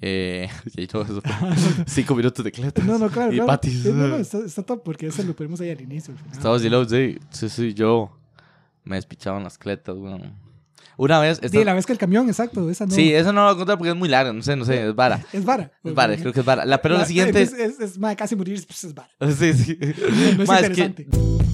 Y todo eso. 5 minutos de cletas. No, claro. Y claro. patis. No, está top porque eso lo ponemos ahí al inicio. Estaba low, sí, yo me despichaban las cletas, weón. Una vez... Sí, la vez que el camión, exacto, esa no. Sí, eso no lo voy a contar porque es muy larga, no sé, es vara. Es vara. Es vara, creo que es vara. Pero la siguiente... Es más, casi morir, pues es vara. Sí. No es Más interesante.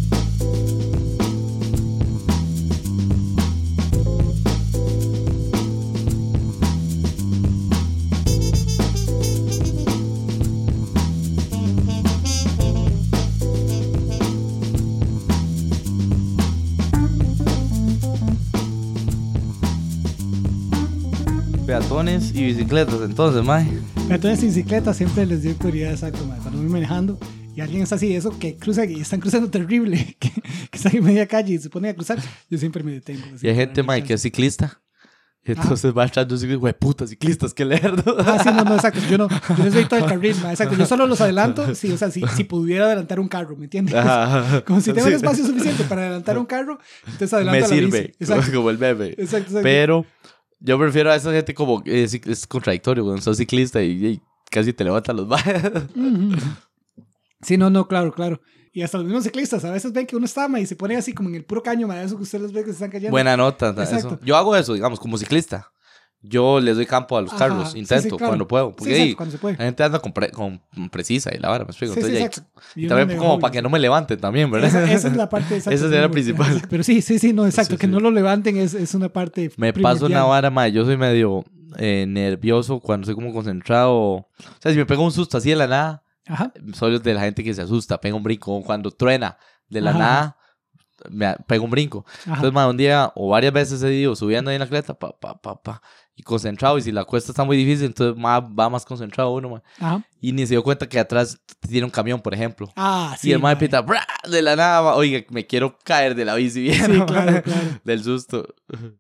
Peatones y bicicletas, entonces, mae. Peatones y bicicletas siempre les doy prioridad, exacto, mae. Cuando voy manejando y alguien está así, eso que cruza y están cruzando terrible, que están en media calle y se ponen a cruzar, yo siempre me detengo. Y hay gente, mae, que es ciclista. Y entonces va echando así, güey, puta, ciclistas, qué lerdo. Sí, no, exacto. Yo no soy todo el carril, mae, exacto. Yo solo los adelanto, sí, o sea, si pudiera adelantar un carro, ¿me entiendes? Como si tengo el espacio suficiente para adelantar un carro, entonces adelanto me la sirve, bici. como el bebé. Exacto. Pero yo prefiero a esa gente como, es contradictorio, cuando sos ciclista y casi te levantan los bajes. Sí, no, claro. Y hasta los mismos ciclistas a veces ven que uno está, ma, y se pone así como en el puro caño, ma, eso que ustedes ven que se están cayendo. Buena nota. Exacto. Eso. Yo hago eso, digamos, como ciclista. Yo les doy campo a los carros, intento claro. cuando puedo. Porque exacto, cuando se puede. la gente anda con precisa y la vara, me explico. Sí, Entonces, exacto. Y también como para que no me levanten también, ¿verdad? Esa es la parte exacta. Esa sería la principal. Pero sí, no, exacto. Que no lo levanten es una parte me primordial. paso una vara, ma, yo soy medio nervioso cuando estoy como concentrado. O sea, si me pego un susto así de la nada, soy de la gente que se asusta, pega un brinco. Cuando truena de la nada, me pego un brinco. Entonces, ma, un día o varias veces he ido subiendo ahí en la cleta, y concentrado, y si la cuesta está muy difícil, entonces va más concentrado uno, ma. Y ni se dio cuenta que atrás tiene un camión, por ejemplo. Sí, y el ma pita de la nada, ma. Oiga, me quiero caer de la bici bien. Sí, claro. Del susto.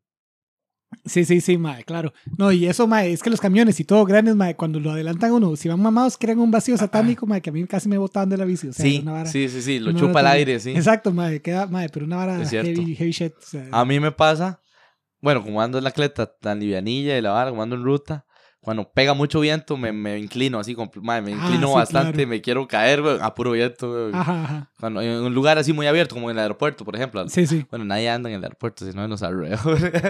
Sí, mae, claro. No, y eso, mae, es que los camiones y todo grandes, mae, cuando lo adelantan uno, si van mamados, crean un vacío satánico, mae, que a mí casi me botaban de la bici. O sea, sí, una vara, sí, lo chupa al aire, sí. Exacto, mae, queda, mae, pero una vara heavy shit. O sea, a mí me pasa, bueno, como ando en la cleta tan livianilla y la vara, como ando en ruta, cuando pega mucho viento, me inclino así, me inclino bastante, claro. Me quiero caer, güey, a puro viento, güey. Cuando, en un lugar así muy abierto, como en el aeropuerto, por ejemplo. Sí. Bueno, nadie anda en el aeropuerto, si no nos arreo.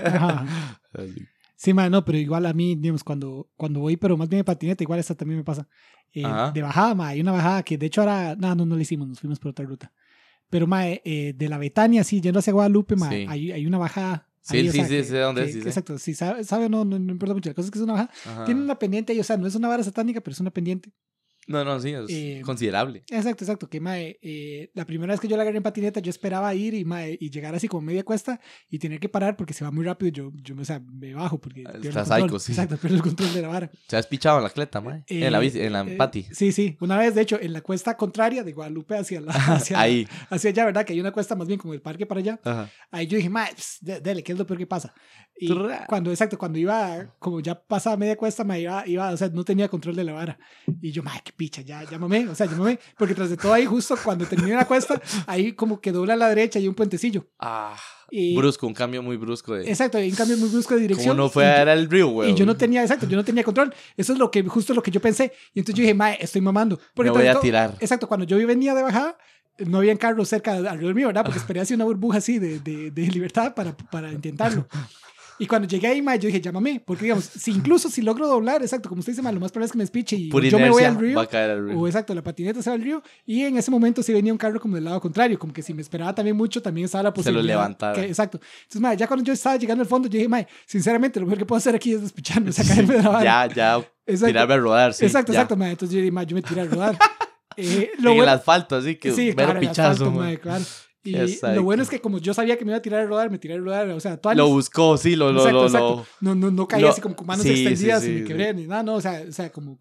Sí, mae, no, pero igual a mí, digamos, cuando voy, pero más bien de patineta, igual esta también me pasa. De bajada, mae, hay una bajada que de hecho ahora, no la hicimos, nos fuimos por otra ruta. Pero, mae, de la Betania, sí, yendo hacia Guadalupe, mae, hay una bajada. Sí, ahí, sí, sé dónde es. Exacto, si sabe no importa mucho. La cosa es que es una bajada. Tiene una pendiente ahí, o sea, no es una vara satánica, pero es una pendiente. No, sí, es considerable. Exacto, que mae, la primera vez que yo la agarré en patineta, yo esperaba ir y llegar así como media cuesta y tener que parar porque se va muy rápido. Yo me bajo porque estás psycho, sí. Exacto, pierdo el control de la vara. ¿Se has pichado en la cleta, mae? En la bici, en la pati. Sí, una vez, de hecho, en la cuesta contraria de Guadalupe hacia ahí. Hacia allá, ¿verdad? Que hay una cuesta más bien como el parque para allá. Ahí yo dije, mae, dele, ¿qué es lo peor que pasa? Y cuando iba, como ya pasaba media cuesta, me iba, o sea, no tenía control de la vara. Y yo, mae, qué picha, ya mamé, porque tras de todo ahí, justo cuando terminé la cuesta, ahí como que dobla a la derecha y hay un puentecillo. Brusco, un cambio muy brusco de... Exacto, hay un cambio muy brusco de dirección. Como no fue a el río, güey. Y yo no tenía control. Eso es justo lo que yo pensé. Y entonces yo dije, mae, estoy mamando. Me voy a tirar. Exacto, cuando yo venía de bajada, no había carros cerca alrededor mío, ¿verdad? Porque esperé así una burbuja así de libertad para intentarlo. Y cuando llegué ahí, yo dije, llámame, porque digamos, incluso si logro doblar, exacto, como usted dice, lo más probable es que me espiche y yo me voy al río, va a caer al río. O exacto, la patineta se va al río, y en ese momento sí venía un carro como del lado contrario, como que si me esperaba también mucho, también estaba la posibilidad. Se lo levantaba. Exacto. Entonces, ya cuando yo estaba llegando al fondo, yo dije, sinceramente, lo mejor que puedo hacer aquí es despicharme, o sea, caerme de la vara. Ya, tirarme a rodar, sí. Exacto, entonces yo dije, yo me tiré a rodar. En el asfalto, así que claro, pichazo, claro. Y lo bueno es que como yo sabía que me iba a tirar a rodar, me tiré a rodar, o sea, lo buscó, sí, exacto. No caí así como con manos extendidas y me quebré, ni nada, no, o sea, como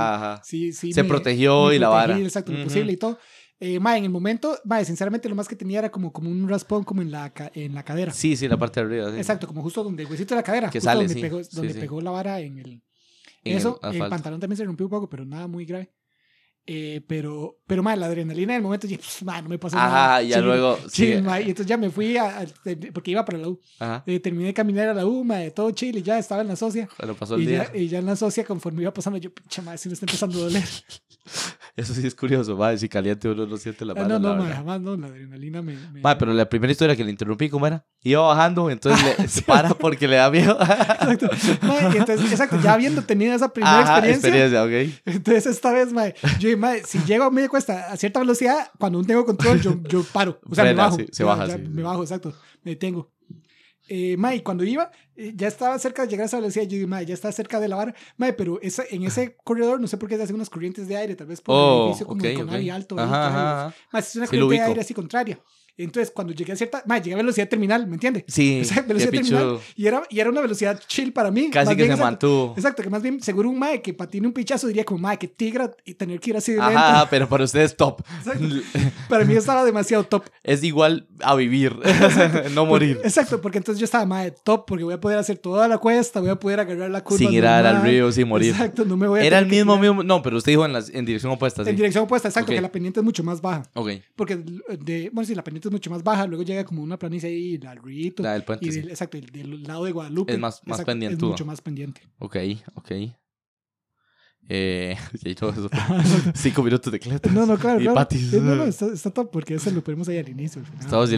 sí, se protegió y la vara. Exacto, lo posible y todo. En el momento, sinceramente lo más que tenía era como un raspón como en la cadera. Sí, la parte de arriba. Sí. Exacto, como justo donde el huesito de la cadera. Que sale, donde pegó la vara en el pantalón también se rompió un poco, pero nada muy grave. Pero mae, la adrenalina del momento, dije, mae, no me pasó nada. Ajá, ya luego. Sí, mae, y entonces ya me fui porque iba para la U. Terminé de caminar a la U, mae, todo chill, y ya estaba en la socia. Pero pasó el día. Y ya en la socia, conforme iba pasando, yo, pinche mae, si me está empezando a doler. Eso sí es curioso, mae, si caliente uno no siente la mano. No, mae, jamás no, la adrenalina me... Mae, pero la primera historia que le interrumpí, ¿cómo era? Iba bajando, entonces se para porque le da miedo. Exacto. Mae, y entonces, exacto, ya habiendo tenido esa primera experiencia, okay. Entonces esta vez, mae, yo dije, mae, si llego a media cuesta a cierta velocidad, cuando no tengo control, yo paro. O sea, frena, me bajo. Sí, se baja, ya, sí. Me bajo, exacto. Me detengo. Mae, cuando iba, ya estaba cerca de llegar a esa velocidad. Yo dije, mae, ya está cerca de la vara. Mae, pero en ese corredor, no sé por qué se hacen unas corrientes de aire, tal vez por el edificio como con aire alto. Ajá. Mae, es una corriente de aire así contraria. Entonces, cuando llegué a cierta... llegué a velocidad terminal, ¿me entiendes? Sí, o sea, velocidad terminal. Y era una velocidad chill para mí. Casi que se mantuvo. Exacto, que más bien, seguro un mae que patine un pichazo diría como, mae, que tigra y tener que ir así de lento. Ajá, pero para ustedes top. Exacto. Para mí estaba demasiado top. Es igual a vivir, no morir. Exacto, porque entonces yo estaba, mae, top, porque voy a poder hacer toda la cuesta, voy a poder agarrar la curva. Sin ir al río, sin morir. Exacto, no me voy a... Era el mismo, no, pero usted dijo en dirección opuesta, sí. En dirección opuesta, exacto, que la pendiente es mucho más baja. Ok. Porque, sí, la pendiente es mucho más baja, luego llega como una planicie ahí, el Rito. La del puente, sí. Exacto, del lado de Guadalupe. Es más pendiente. Es mucho más pendiente. Ok. Todo eso. 5 minutos de cleta. No, claro. Y patis. No, está top, porque eso lo ponemos ahí al inicio. Estaba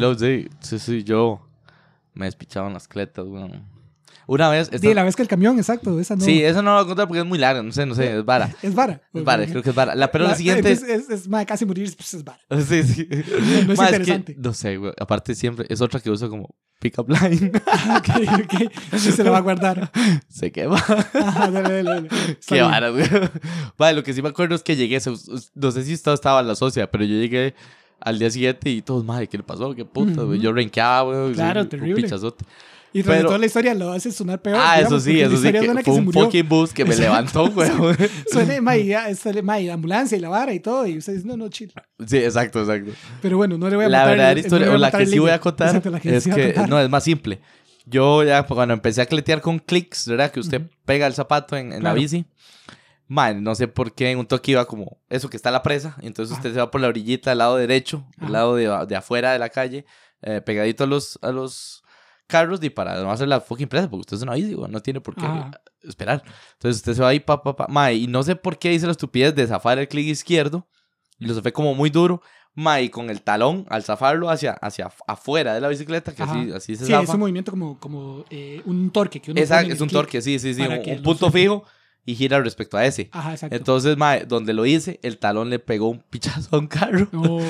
sí, yo me despichaban las cletas, weón. Una vez... Sí, la vez que el camión, exacto, esa no. Sí, eso no lo voy a contar porque es muy larga, no sé, es vara. Es vara. Creo que es vara. Pero la siguiente... Es casi morir, pues es vara. Sí. No es interesante. No sé, güey. Aparte siempre, es otra que uso como pick-up line. Ok. Sí, se la va a guardar. Se quema. Ajá, dale. Qué vara, güey. Vale, lo que sí me acuerdo es que llegué, no sé si estaba en la socia, pero yo llegué al día siguiente y todos, madre, ¿qué le pasó? ¿Qué puta, güey? Yo renqueaba, güey. Claro, sí, terrible. Un pichazote. Y tras toda la historia lo hace sonar peor. Eso sí, que fue un fucking bus que me levantó, güey. Suena, la ambulancia y la vara y todo, y ustedes, no, chill. Sí, exacto. Pero bueno, no le voy a la matar. La verdadera historia, o la que sí voy a contar, es que, no, es más simple. Yo ya cuando empecé a cletear con clics, ¿verdad? Que usted pega el zapato en la bici. Man, no sé por qué en un toque iba como eso que está la presa, y entonces usted se va por la orillita al lado derecho, al lado de afuera de la calle, pegadito a los carros, y para no hacer la fucking presa, porque usted es una bici, no tiene por qué esperar. Entonces usted se va ahí, y no sé por qué hice la estupidez de zafar el clic izquierdo, y lo zafé como muy duro, y con el talón, al zafarlo hacia afuera de la bicicleta, que así se zafa. Sí, es un movimiento como un torque. Que uno exacto, es un torque, sí, un punto fijo. Y gira respecto a ese. Ajá, exacto. Entonces, donde lo hice, el talón le pegó un pichazo a un carro.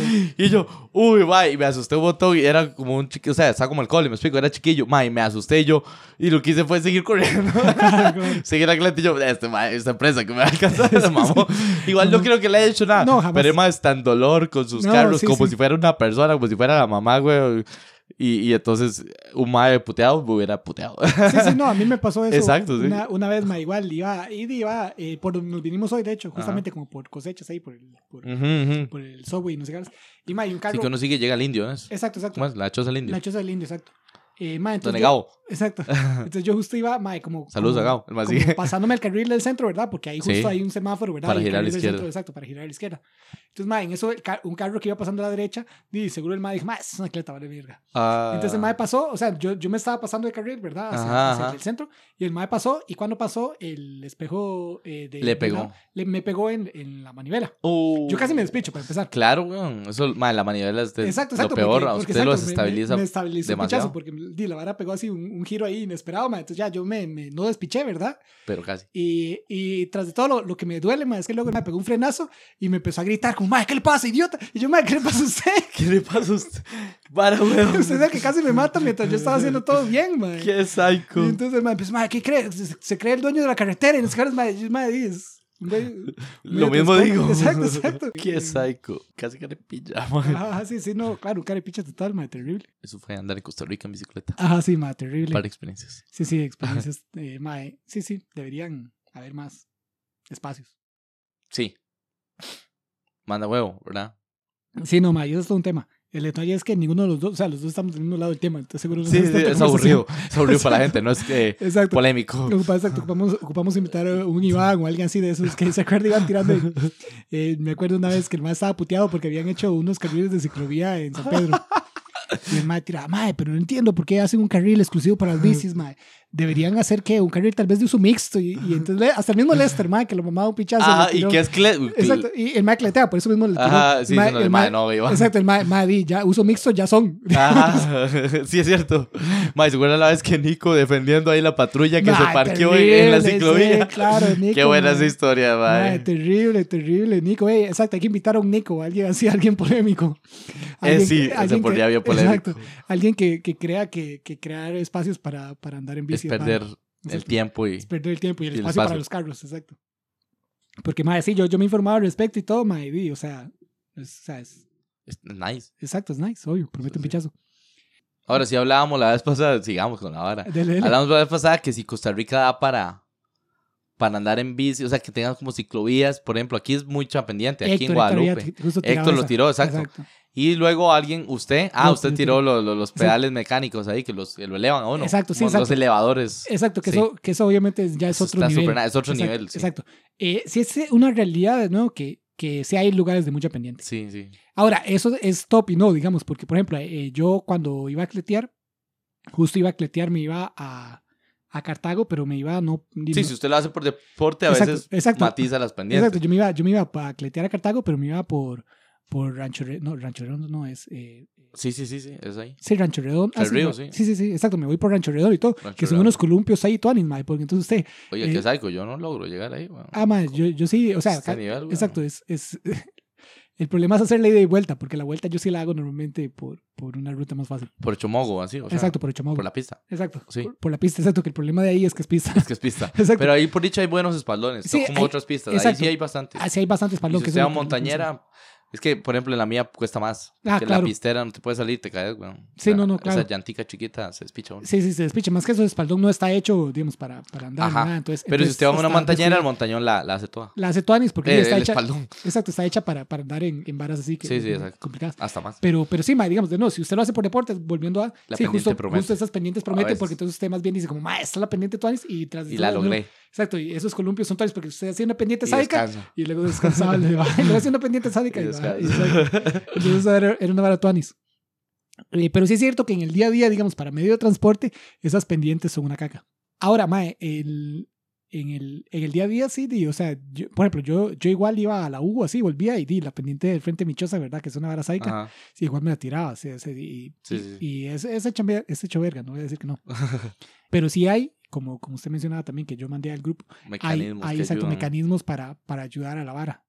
Y yo, y me asusté un montón. Y era como un chiquillo, o sea, está como el cole, me explico, era chiquillo. Y me asusté yo. Y lo que hice fue seguir corriendo. Seguir la cliente y yo, esta empresa que me va a alcanzar, mamó. Igual no creo que le haya hecho nada. No, jamás. Pero está en dolor con sus carros, como si fuera una persona, como si fuera la mamá, güey. Y entonces un mae puteado me hubiera puteado. Sí, no, a mí me pasó eso. Exacto, sí. Una vez, igual, iba por donde nos vinimos hoy, de hecho, justamente como por cosechas ahí, por el subway, no sé qué. Y un carro... Sí, que uno sigue llega al indio, ¿no? Exacto. ¿Cómo es? La choza del indio. La choza del indio, exacto. Entonces exacto. Entonces yo justo iba, como... Saludos a Gabo, el más pasándome al carril del centro, ¿verdad? Porque ahí justo hay un semáforo, ¿verdad? Para girar a la izquierda. Exacto, para girar a la izquierda. Entonces, en eso, un carro que iba pasando a la derecha, seguro el dijo, es una cleta, vale verga. Entonces el mae pasó, o sea, yo me estaba pasando de carril, ¿verdad? Hacia el centro, y el mae pasó, y cuando pasó, el espejo le pegó. Me pegó en la manivela. Yo casi me despicho, para empezar. Claro, weón. Eso, la manivela es exacto, lo peor. Porque usted lo desestabiliza me estabilizó demasiado. Porque la vara pegó así un giro ahí inesperado, entonces ya yo no despiché, ¿verdad? Pero casi. Y tras de todo lo que me duele, es que luego me pegó un frenazo y me empezó a gritar como, ¿qué le pasa, idiota? Y yo, ¿qué le pasa a usted? ¿Qué le pasa a usted? Para, weón. Usted es el que casi me mata mientras yo estaba haciendo todo bien, man. Qué psycho. Y entonces, pues, ¿qué cree? Se cree el dueño de la carretera y los caras, es... Lo mismo digo. Exacto. Qué psycho. Casi carepilla, man. Sí, no, claro, carepicha total, terrible. Eso fue andar en Costa Rica en bicicleta. Sí, terrible. Para experiencias. Sí, experiencias, sí, deberían haber más espacios. Sí. Manda huevo, ¿verdad? Sí, no, eso es todo un tema. El detalle es que ninguno de los dos, o sea, los dos estamos del mismo lado del tema, entonces seguro no sí, es aburrido para la gente, no es que exacto. Polémico. Lo que pasa es que ocupamos invitar a un Iván o alguien así de esos que se acuerdan iban tirando. Me acuerdo una vez que el mae estaba puteado porque habían hecho unos carriles de ciclovía en San Pedro. Y el mae tiraba, mae, pero no entiendo por qué hacen un carril exclusivo para las bicis, mae. Deberían hacer, ¿qué? Un carril tal vez de uso mixto. Y entonces, hasta el mismo Lester, mae, que lo mamaba un pichazo. Y que es exacto, y el mae cletea, por eso mismo le tiró. Ajá, sí, el mae no iba. Exacto, el mae, ya, uso mixto ya son. Sí, es cierto. Mae, ¿se acuerdan la vez que Nico defendiendo ahí la patrulla que se parqueó en la ciclovía? Sí, claro, Nico. Qué buena esa historia, mae. Terrible, Nico. Exacto, hay que invitar a un Nico, alguien polémico. Sí, se ponía bien polémico. Exacto, alguien que crea que crear espacios para andar en bici es perder el tiempo y el espacio para los carros, exacto. Porque, mae, sí, yo me informaba al respecto y todo, mae, o sea, es nice. Exacto, es nice, obvio, promete un pichazo. Ahora, si hablábamos la vez pasada, sigamos con la vara. Dele. Hablamos la vez pasada que si Costa Rica da para andar en bici, o sea, que tengan como ciclovías, por ejemplo, aquí es mucha pendiente, aquí en Guadalupe. Héctor lo tiró, exacto. Y luego usted tiró los pedales mecánicos ahí, que lo elevan a uno. Exacto, sí, exacto. Los elevadores. Exacto, que eso obviamente ya es otro nivel. Es otro nivel, sí. Exacto. Sí es una realidad, de nuevo, que sí hay lugares de mucha pendiente. Sí. Ahora, eso es top y no, digamos, porque, por ejemplo, yo cuando iba a cletear, me iba a Cartago, pero me iba si usted lo hace por deporte, a veces matiza las pendientes. Exacto, yo me iba para cletear a Cartago, pero me iba por Rancho Redondo no es... Sí, es ahí. Sí, Rancho Redondo. El río, sí. Sí, exacto, me voy por Rancho Redondo y todo, que son unos columpios ahí, tuanis, mae, porque entonces usted... Oye, qué psycho, yo no logro llegar ahí, bueno. Mae, yo sí, o sea... Este nivel, exacto, es el problema es hacer la ida y vuelta, porque la vuelta yo sí la hago normalmente por una ruta más fácil. Por Chomogo, así, o sea. Exacto, por Chomogo. Por la pista. Exacto, sí. por la pista, exacto, que el problema de ahí es que es pista. Exacto. Pero ahí por dicho hay buenos espaldones, sí, como otras pistas, exacto. Ahí sí hay bastantes. Sí hay bastantes espaldones. Si sea montañera... Es que, por ejemplo, en la mía cuesta más. Que claro. la pistera no te puede salir, te caes, güey. Sí, no, claro. Esa llantica chiquita se despicha uno. Sí, se despicha. Más que eso, el espaldón no está hecho, digamos, para andar. Ajá. Nada. Entonces, si usted va a una montañera, el montañón la hace toda. La hace toda, porque está hecha... espaldón. Exacto, está hecha para andar en varas así que exacto. complicadas. Hasta más. Pero sí, digamos, si usted lo hace por deporte, volviendo a... La sí, pendiente justo esas pendientes prometen, porque entonces usted más bien dice como, esta es la pendiente tuanis y la logré. Exacto, y esos columpios son tuanis porque usted hacía una pendiente sádica y luego descansaba, y luego hacía una pendiente sádica entonces era una vara tuanis. Pero sí es cierto que en el día a día, digamos, para medio de transporte, esas pendientes son una caca. Ahora, mae, en el día a día sí, o sea, por ejemplo, yo igual iba a la U así, volvía y la pendiente del frente Michosa, ¿verdad? Que es una vara sádica. Sí, igual me la tiraba. Y es hecho verga, no voy a decir que no. Pero sí hay, como usted mencionaba también, que yo mandé al grupo, mecanismos para ayudar a la vara.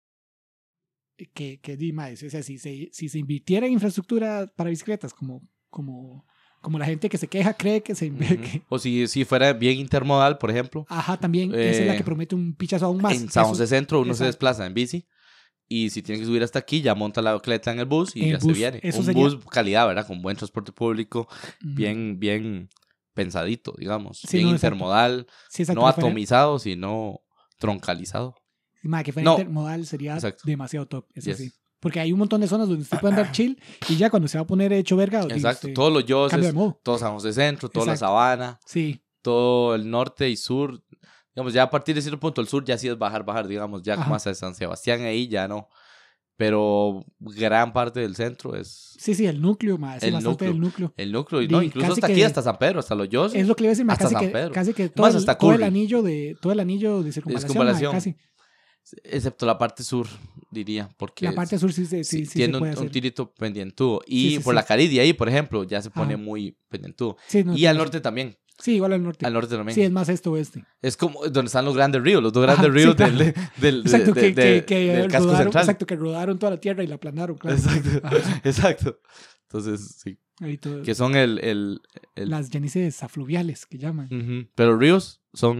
Que o sea, si se invirtiera en infraestructura para bicicletas, como la gente que se queja cree que se invierte. O si fuera bien intermodal, por ejemplo. Ajá, también. Esa es la que promete un pichazo aún más. En San José Centro uno se desplaza en bici. Y si tiene que subir hasta aquí, ya monta la bicicleta en el bus y ya se viene. Bus calidad, ¿verdad? Con buen transporte público, bien pensadito, digamos. Sí, bien intermodal. Sí, no atomizado, sino troncalizado. Que fuera intermodal sería demasiado top. Eso sí. Porque hay un montón de zonas donde usted puede andar chill y ya cuando se va a poner hecho verga. Exacto. Todos los yoses, todo San José Centro, toda la Sabana. Sí. Todo el norte y sur. Digamos, ya a partir de cierto punto, el sur ya sí es bajar, digamos, ya como hasta San Sebastián ahí ya no. Pero gran parte del centro es... Sí, el núcleo, más. El núcleo. El núcleo, y no, incluso hasta aquí, hasta San Pedro, hasta los Yoses. Es lo que le iba a decir, hasta San Pedro. Casi que todo el anillo de circunvalación. Casi. Excepto la parte sur, diría. Porque la parte sur sí tiene un tirito pendientudo. Y por la Caridia ahí, por ejemplo, ya se pone muy pendientudo. Y al norte también. Sí, igual al norte. Al norte también. Sí, es más este-oeste. Es como donde están los grandes ríos, los dos grandes ríos del casco central. Exacto, que rodaron toda la tierra y la aplanaron, claro. Exacto. Entonces, sí. Que son las llanices afluviales, que llaman. Pero ríos son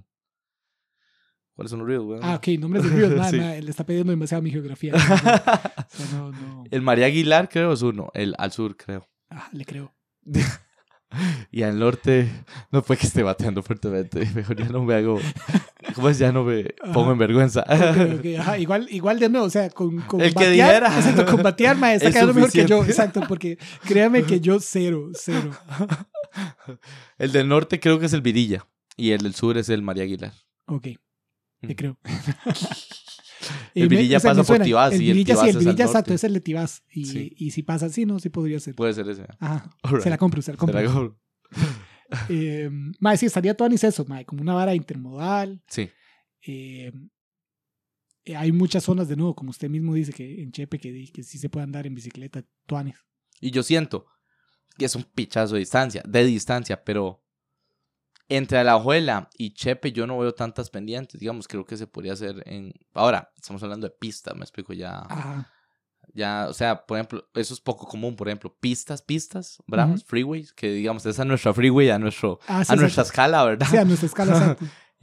¿Cuáles son los ríos, güey? Ok, nombres de ríos. Nada, le está pidiendo demasiado mi geografía. El María Aguilar, creo, es uno. El al sur, creo. Le creo. Y al norte, no fue que esté bateando fuertemente. Mejor ya no me hago. ¿Cómo es? Ya no me pongo en vergüenza. Okay. Ajá. Igual de nuevo, o sea, con el que dijera. Exacto, con batear, mae, está quedando mejor que yo. Exacto, porque créame que yo cero. El del norte creo que es el Virilla. Y el del sur es el María Aguilar. Ok, te creo. El Virilla pasa por Tibás. El Virilla, y el Virilla exacto, es el de Tibás. Y si pasa así, no, sí podría ser. Puede ser ese. Ajá, right. Se la compro. Mae, sí, estaría todo eso, mae, como una vara intermodal. Sí. Hay muchas zonas, de nuevo, como usted mismo dice, que en Chepe, que sí se puede andar en bicicleta, tuanes. Y yo siento que es un pichazo de distancia, pero entre Alajuela y Chepe yo no veo tantas pendientes, digamos, creo que se podría hacer en... Ahora, estamos hablando de pistas, me explico, ya... Ajá. Ya, o sea, por ejemplo, eso es poco común, por ejemplo, pistas, bravas, freeways, que digamos, esa es nuestra freeway a nuestra escala, ¿verdad? Sí, a nuestra escala, exacto.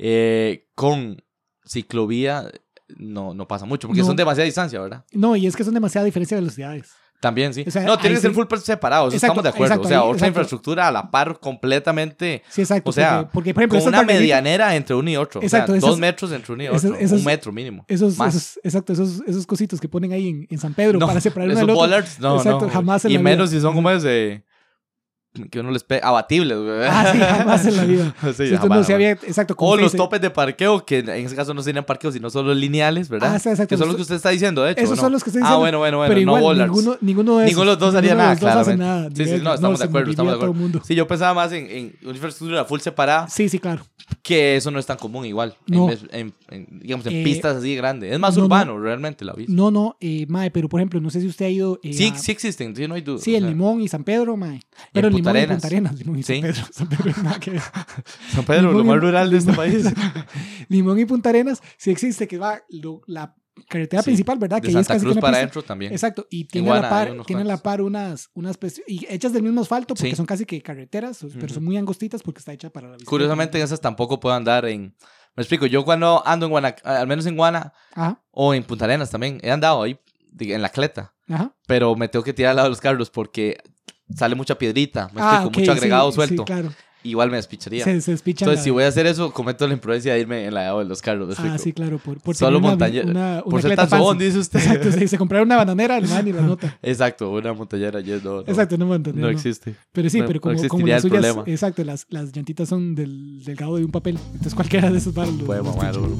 Con ciclovía no pasa mucho, porque son demasiada distancia, ¿verdad? No, y es que son demasiada diferencia de velocidades. También, sí. O sea, no, tienen que ser full separados, estamos de acuerdo. Exacto, o sea, otra infraestructura a la par completamente. Sí, exacto. O sea, porque por ejemplo, con una medianera entre uno y otro. Exacto, o sea, 2 metros entre uno y otro. 1 metro mínimo. Esos cositos que ponen ahí en San Pedro para separar uno del otro. Bollards, exacto, jamás en la vida. Y menos si son como ese... que uno les pega abatibles, güey. Sí, jamás en la vida. Sí, jamás. Exacto, o los topes de parqueo, que en ese caso no serían parqueos, sino solo lineales, ¿verdad? Sí, exacto. Que son los que usted está diciendo, de hecho. Esos son los que estoy diciendo. Bueno. Pero igual, no bollards. ninguno de los dos haría nada, claramente. Sí, no, estamos de acuerdo. Sí, yo pensaba más en una infraestructura full separada. Sí, claro. Que eso no es tan común igual. No. Digamos, en pistas así grandes. Es más urbano, realmente, la vista. No, mae, pero por ejemplo, no sé si usted ha ido... sí existen, sí, no hay duda. Sí, el Limón y San Pedro, mae. Pero el Limón y Punta Arenas. Limón y sí. San Pedro es nada que ver. San Pedro, lo más rural de este país. Limón y Punta Arenas sí existe, que va la carretera principal, ¿verdad? De que Santa es casi Cruz para adentro también. Exacto, y tiene a la par unas y hechas del mismo asfalto, porque son casi que carreteras, pero son muy angostitas porque está hecha para la bicicleta. Curiosamente, esas tampoco puedo andar en... Me explico, yo cuando ando en Guana, al menos en Guana, o en Punta Arenas también, he andado ahí en la cleta, pero me tengo que tirar al lado de los carros porque sale mucha piedrita, me explico, mucho agregado suelto. Sí, claro. Igual me despicharía. Se despichan. Entonces, si voy a hacer eso, cometo la imprudencia de irme en la de los carros. Sí, claro. Por solo montañera. Por ser tan sobón, dice usted. Exacto, sí, se compraron una bananera, el man y la nota. Exacto, una montañera. Exacto, una montañera. No existe. Pero sí, pero como las suyas, problema. Exacto, las llantitas son del delgado de un papel. Entonces cualquiera de esos baros puede mamar, bro.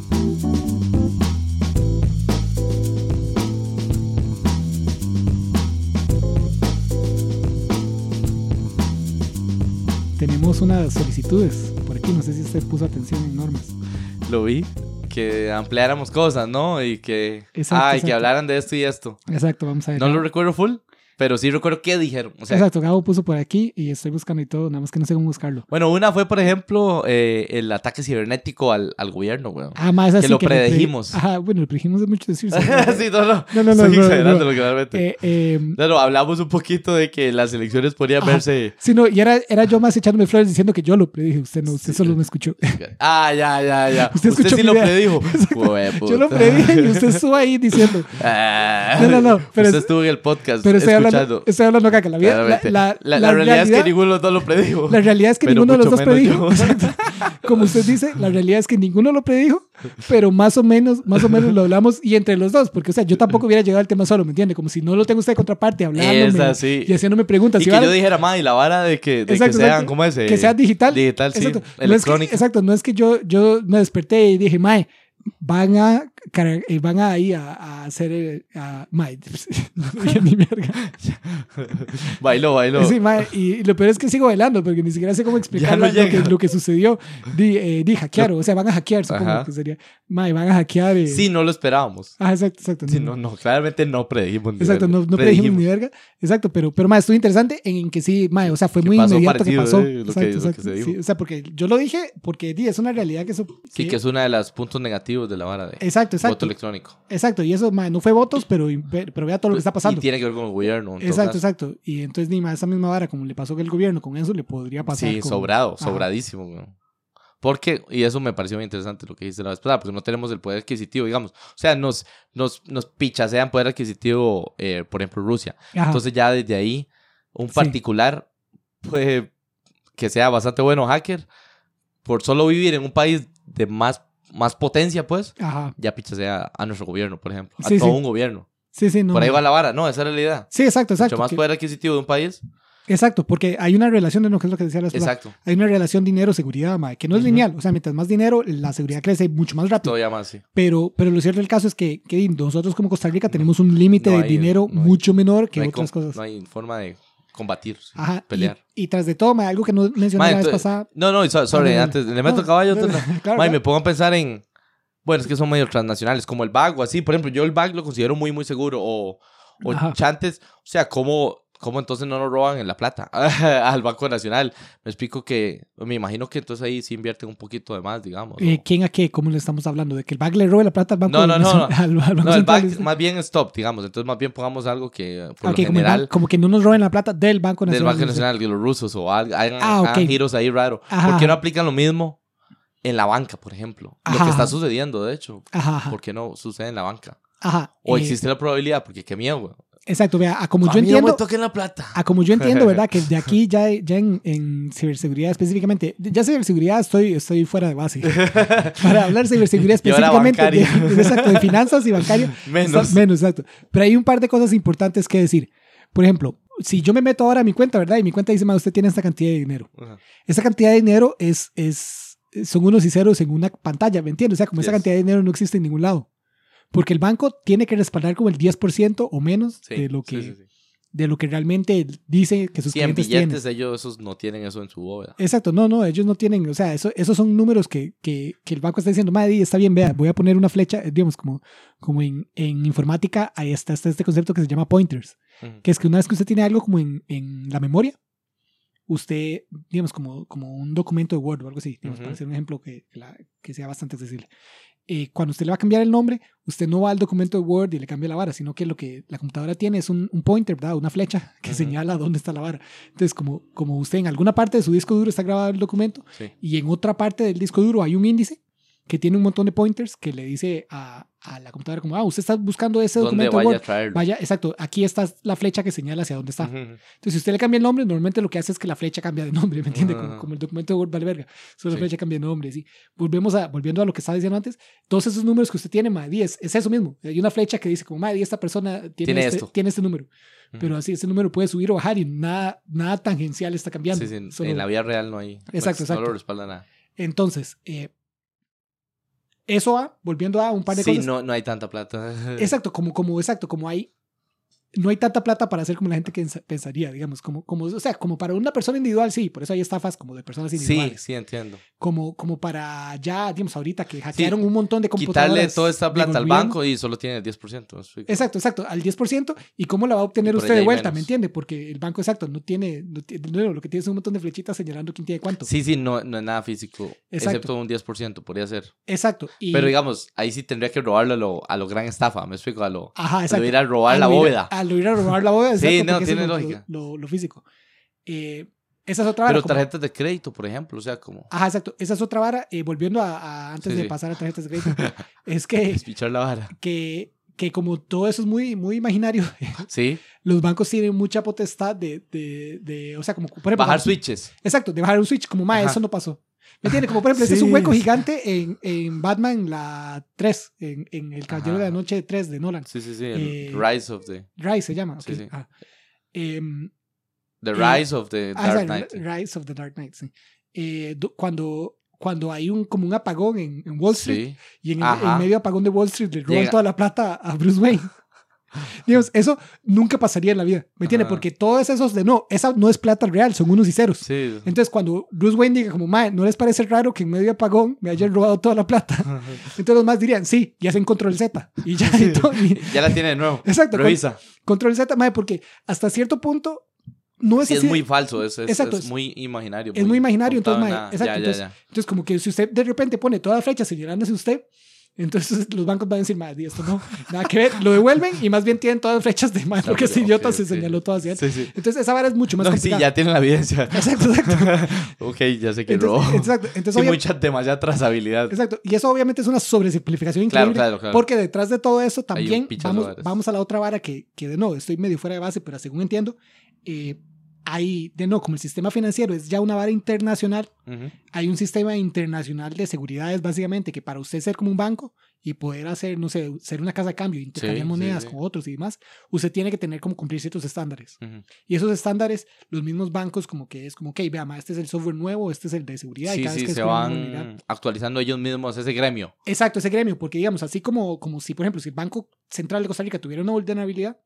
Tenemos unas solicitudes por aquí, no sé si usted puso atención en normas. Lo vi, que ampliáramos cosas, ¿no? Y que, que hablaran de esto y esto. Exacto, vamos a ver. No lo recuerdo full, pero sí recuerdo qué dijeron. O sea, exacto, Gabo puso por aquí y estoy buscando y todo, nada más que no sé cómo buscarlo. Bueno, una fue, por ejemplo, el ataque cibernético al gobierno, güey. Más así que lo predijimos. Bueno, lo predijimos de mucho decir. Sí, no. Estoy exagerando lo que realmente. No, hablamos un poquito de que las elecciones podrían verse... Sí, no, y era yo más echándome flores diciendo que yo lo predije. Usted no, usted solo me escuchó. Ya. Usted sí lo predijo. Yo lo predije y usted estuvo ahí diciendo. No. Pero usted estuvo en el podcast escuchando. Estoy hablando acá que la vida... La realidad es que ninguno de los dos lo predijo. La realidad es que ninguno de los dos predijo. Como usted dice, la realidad es que ninguno lo predijo, pero más o menos lo hablamos y entre los dos, porque o sea, yo tampoco hubiera llegado al tema solo, ¿me entiende? Como si no lo tengo usted de contraparte hablándome y haciéndome preguntas. Y que yo dijera, y la vara de que sean, ¿cómo es? Que sea digital. Digital, sí, electrónica. No es que yo me desperté y dije, van a hacer no dije ni mierda. Bailó. Sí, y lo peor es que sigo bailando porque ni siquiera sé cómo explicar lo que sucedió. Di hackear, o sea, van a hackear, supongo que sería. Van a hackear. Sí, no lo esperábamos. Exacto. Sí, no, claramente no predijimos. Exacto, no predijimos ni verga. Exacto, pero estuvo interesante en que sí, o sea, fue muy inmediato que pasó. Lo que se dijo. Sí, o sea, porque yo lo dije porque es una realidad que eso... Sí, que es uno de los puntos negativos de la vara de voto electrónico. Exacto, y eso no fue votos, pero vea todo lo que está pasando. Y tiene que ver con el gobierno. Exacto. Y entonces esa misma vara, como le pasó que el gobierno con eso, le podría pasar. Sí, sobradísimo. Güey. Porque, y eso me pareció muy interesante lo que dijiste la vez pasada, porque no tenemos el poder adquisitivo, digamos. O sea, nos pichasean poder adquisitivo, por ejemplo, Rusia. Entonces ya desde ahí, un particular puede que sea bastante bueno hacker, por solo vivir en un país de más potencia, pues, ya pichasea a nuestro gobierno, por ejemplo. A todo un gobierno. Sí, sí, no. Por ahí va la vara, no, esa era la idea. Sí, exacto. Mucho más poder adquisitivo de un país. Exacto, porque hay una relación de lo que es lo que decía la esposa. Exacto. Hay una relación dinero-seguridad, que no es lineal. O sea, mientras más dinero, la seguridad crece mucho más rápido. Todavía más, sí. Pero lo cierto del caso es que nosotros como Costa Rica tenemos un límite de dinero mucho menor que otras cosas. No hay forma de combatir, pelear. Y tras de todo, algo que no mencioné la vez pasada. No, sorry, antes le meto caballo. Claro. Me pongo a pensar en, bueno, es que son medio transnacionales, como el BAC o así. Por ejemplo, yo el BAC lo considero muy, muy seguro. O chantes, o sea, ¿cómo entonces no nos roban en la plata al Banco Nacional? Me explico que, me imagino que entonces ahí sí invierten un poquito de más, digamos. ¿No? ¿Quién a qué? ¿Cómo le estamos hablando? ¿De que el BAC le robe la plata al Banco Nacional? No, el BAC más bien stop, digamos. Entonces más bien pongamos algo que por lo general... Como que no nos roben la plata del Banco Nacional. Del Banco Nacional, de los rusos o hagan giros ahí raro. ¿Por qué no aplican lo mismo en la banca, por ejemplo? Lo que está sucediendo, de hecho. ¿Por qué no sucede en la banca? O existe la probabilidad, porque qué miedo, güey. Exacto, vea, como yo entiendo... me toquen la plata. Como yo entiendo, ¿verdad? Que de aquí ya en ciberseguridad específicamente... Ya ciberseguridad estoy fuera de base. Para hablar de ciberseguridad específicamente... Exacto, de finanzas y bancario. Menos, exacto. Pero hay un par de cosas importantes que decir. Por ejemplo, si yo me meto ahora a mi cuenta, ¿verdad? Y mi cuenta dice, usted tiene esta cantidad de dinero. Esa cantidad de dinero son unos y ceros en una pantalla, ¿me entiendes? O sea, como esa cantidad de dinero no existe en ningún lado. Porque el banco tiene que respaldar como el 10% o menos de lo que realmente dice que sus clientes tienen. En billetes ellos esos no tienen eso en su bóveda. Exacto, no, ellos no tienen, o sea, esos son números que el banco está diciendo, madre, está bien, vea, voy a poner una flecha, digamos, como en informática, ahí está este concepto que se llama pointers, que es que una vez que usted tiene algo como en la memoria, usted, digamos, como un documento de Word o algo así, digamos, para hacer un ejemplo que sea bastante accesible. Cuando usted le va a cambiar el nombre, usted no va al documento de Word y le cambia la vara, sino que lo que la computadora tiene es un pointer, ¿verdad? Una flecha que señala dónde está la vara. Entonces, como usted en alguna parte de su disco duro está grabado el documento y en otra parte del disco duro hay un índice que tiene un montón de pointers que le dice a la computadora como, usted está buscando ese documento de Word. Vaya, exacto, aquí está la flecha que señala hacia dónde está. Entonces, si usted le cambia el nombre, normalmente lo que hace es que la flecha cambia de nombre, ¿me entiende? Como el documento de Word vale verga. Solo la flecha cambia de nombre, ¿sí? Volviendo a lo que estaba diciendo antes, todos esos números que usted tiene, es eso mismo. Hay una flecha que dice como, esta persona tiene este número. Pero así, ese número puede subir o bajar y nada tangencial está cambiando. Sí, solo, en la vida real no hay. Exacto. No lo respalda nada. Entonces, eso volviendo a un par de cosas. Sí, no hay tanta plata. Exacto, como no hay tanta plata para hacer como la gente que pensaría, digamos, o sea, como para una persona individual, sí, por eso hay estafas como de personas individuales. Sí, entiendo. Como para ya, digamos, ahorita que hackearon un montón de computadoras. Quitarle toda esta plata al banco y solo tiene el 10%. Exacto, al 10%. ¿Y cómo la va a obtener usted de vuelta? ¿Me entiende? Porque el banco, exacto, no tiene lo que tiene es un montón de flechitas señalando quién tiene cuánto. Sí, no es nada físico, excepto un 10%, podría ser. Exacto. Pero digamos, ahí sí tendría que robarlo a lo gran estafa, me explico, a lo ir a robar la bóveda. A lo ir a robar la bóveda. Sí, no, tiene lógica. Lo físico. Esa es otra vara. Pero tarjetas de crédito, por ejemplo, o sea, como... exacto. Esa es otra vara. Volviendo antes de pasar a tarjetas de crédito, es que... Despichar la vara. Que como todo eso es muy, muy imaginario, los bancos tienen mucha potestad de o sea, como... Por ejemplo, bajar switches. Exacto, de bajar un switch, como, eso no pasó. ¿Me entiendes? Como por ejemplo, ese es un hueco gigante en Batman, la 3, en El Caballero de la Noche 3 de Nolan. Sí, el Rise of the... Rise se llama, okay. Sí. The Rise of the Dark Knight. Rise of the Dark Knight, sí. Cuando hay como un apagón en Wall Street y en medio apagón de Wall Street le roban toda la plata a Bruce Wayne. Digamos, eso nunca pasaría en la vida, ¿me entiendes? Porque todos esos esa no es plata real, son unos y ceros. Sí. Entonces, cuando Bruce Wayne diga como, ¿no les parece raro que en medio apagón me hayan robado toda la plata? Entonces los más dirían, sí, ya hacen control Z. Y ya, ya la tiene de nuevo. Exacto. Revisa. Control Z, porque hasta cierto punto no es así. Es muy falso, es muy imaginario. Es muy imaginario, entonces, exacto. Entonces, como que si usted de repente pone todas las flechas señalándose usted, entonces los bancos van a decir, esto no, nada que ver, lo devuelven y más bien tienen todas las flechas de porque ese idiota se señaló todas. Sí. Entonces esa vara es mucho más complicada. Sí, ya tienen la evidencia. Exacto. Ok, ya sé que robó. Exacto. Entonces, demasiada trazabilidad. Exacto. Y eso obviamente es una sobresimplificación increíble. Claro. Porque detrás de todo eso también vamos a la otra vara que de nuevo estoy medio fuera de base, pero según entiendo, hay, como el sistema financiero es ya una vara internacional, hay un sistema internacional de seguridades básicamente que para usted ser como un banco y poder hacer, no sé, ser una casa de cambio, intercambiar monedas con otros y demás, usted tiene que tener como cumplir ciertos estándares. Y esos estándares, los mismos bancos como que es como, ok, vea, este es el software nuevo, este es el de seguridad. Y cada vez que se van actualizando ellos mismos ese gremio. Exacto, ese gremio, porque digamos, así como si, por ejemplo, si el Banco Central de Costa Rica tuviera una vulnerabilidad,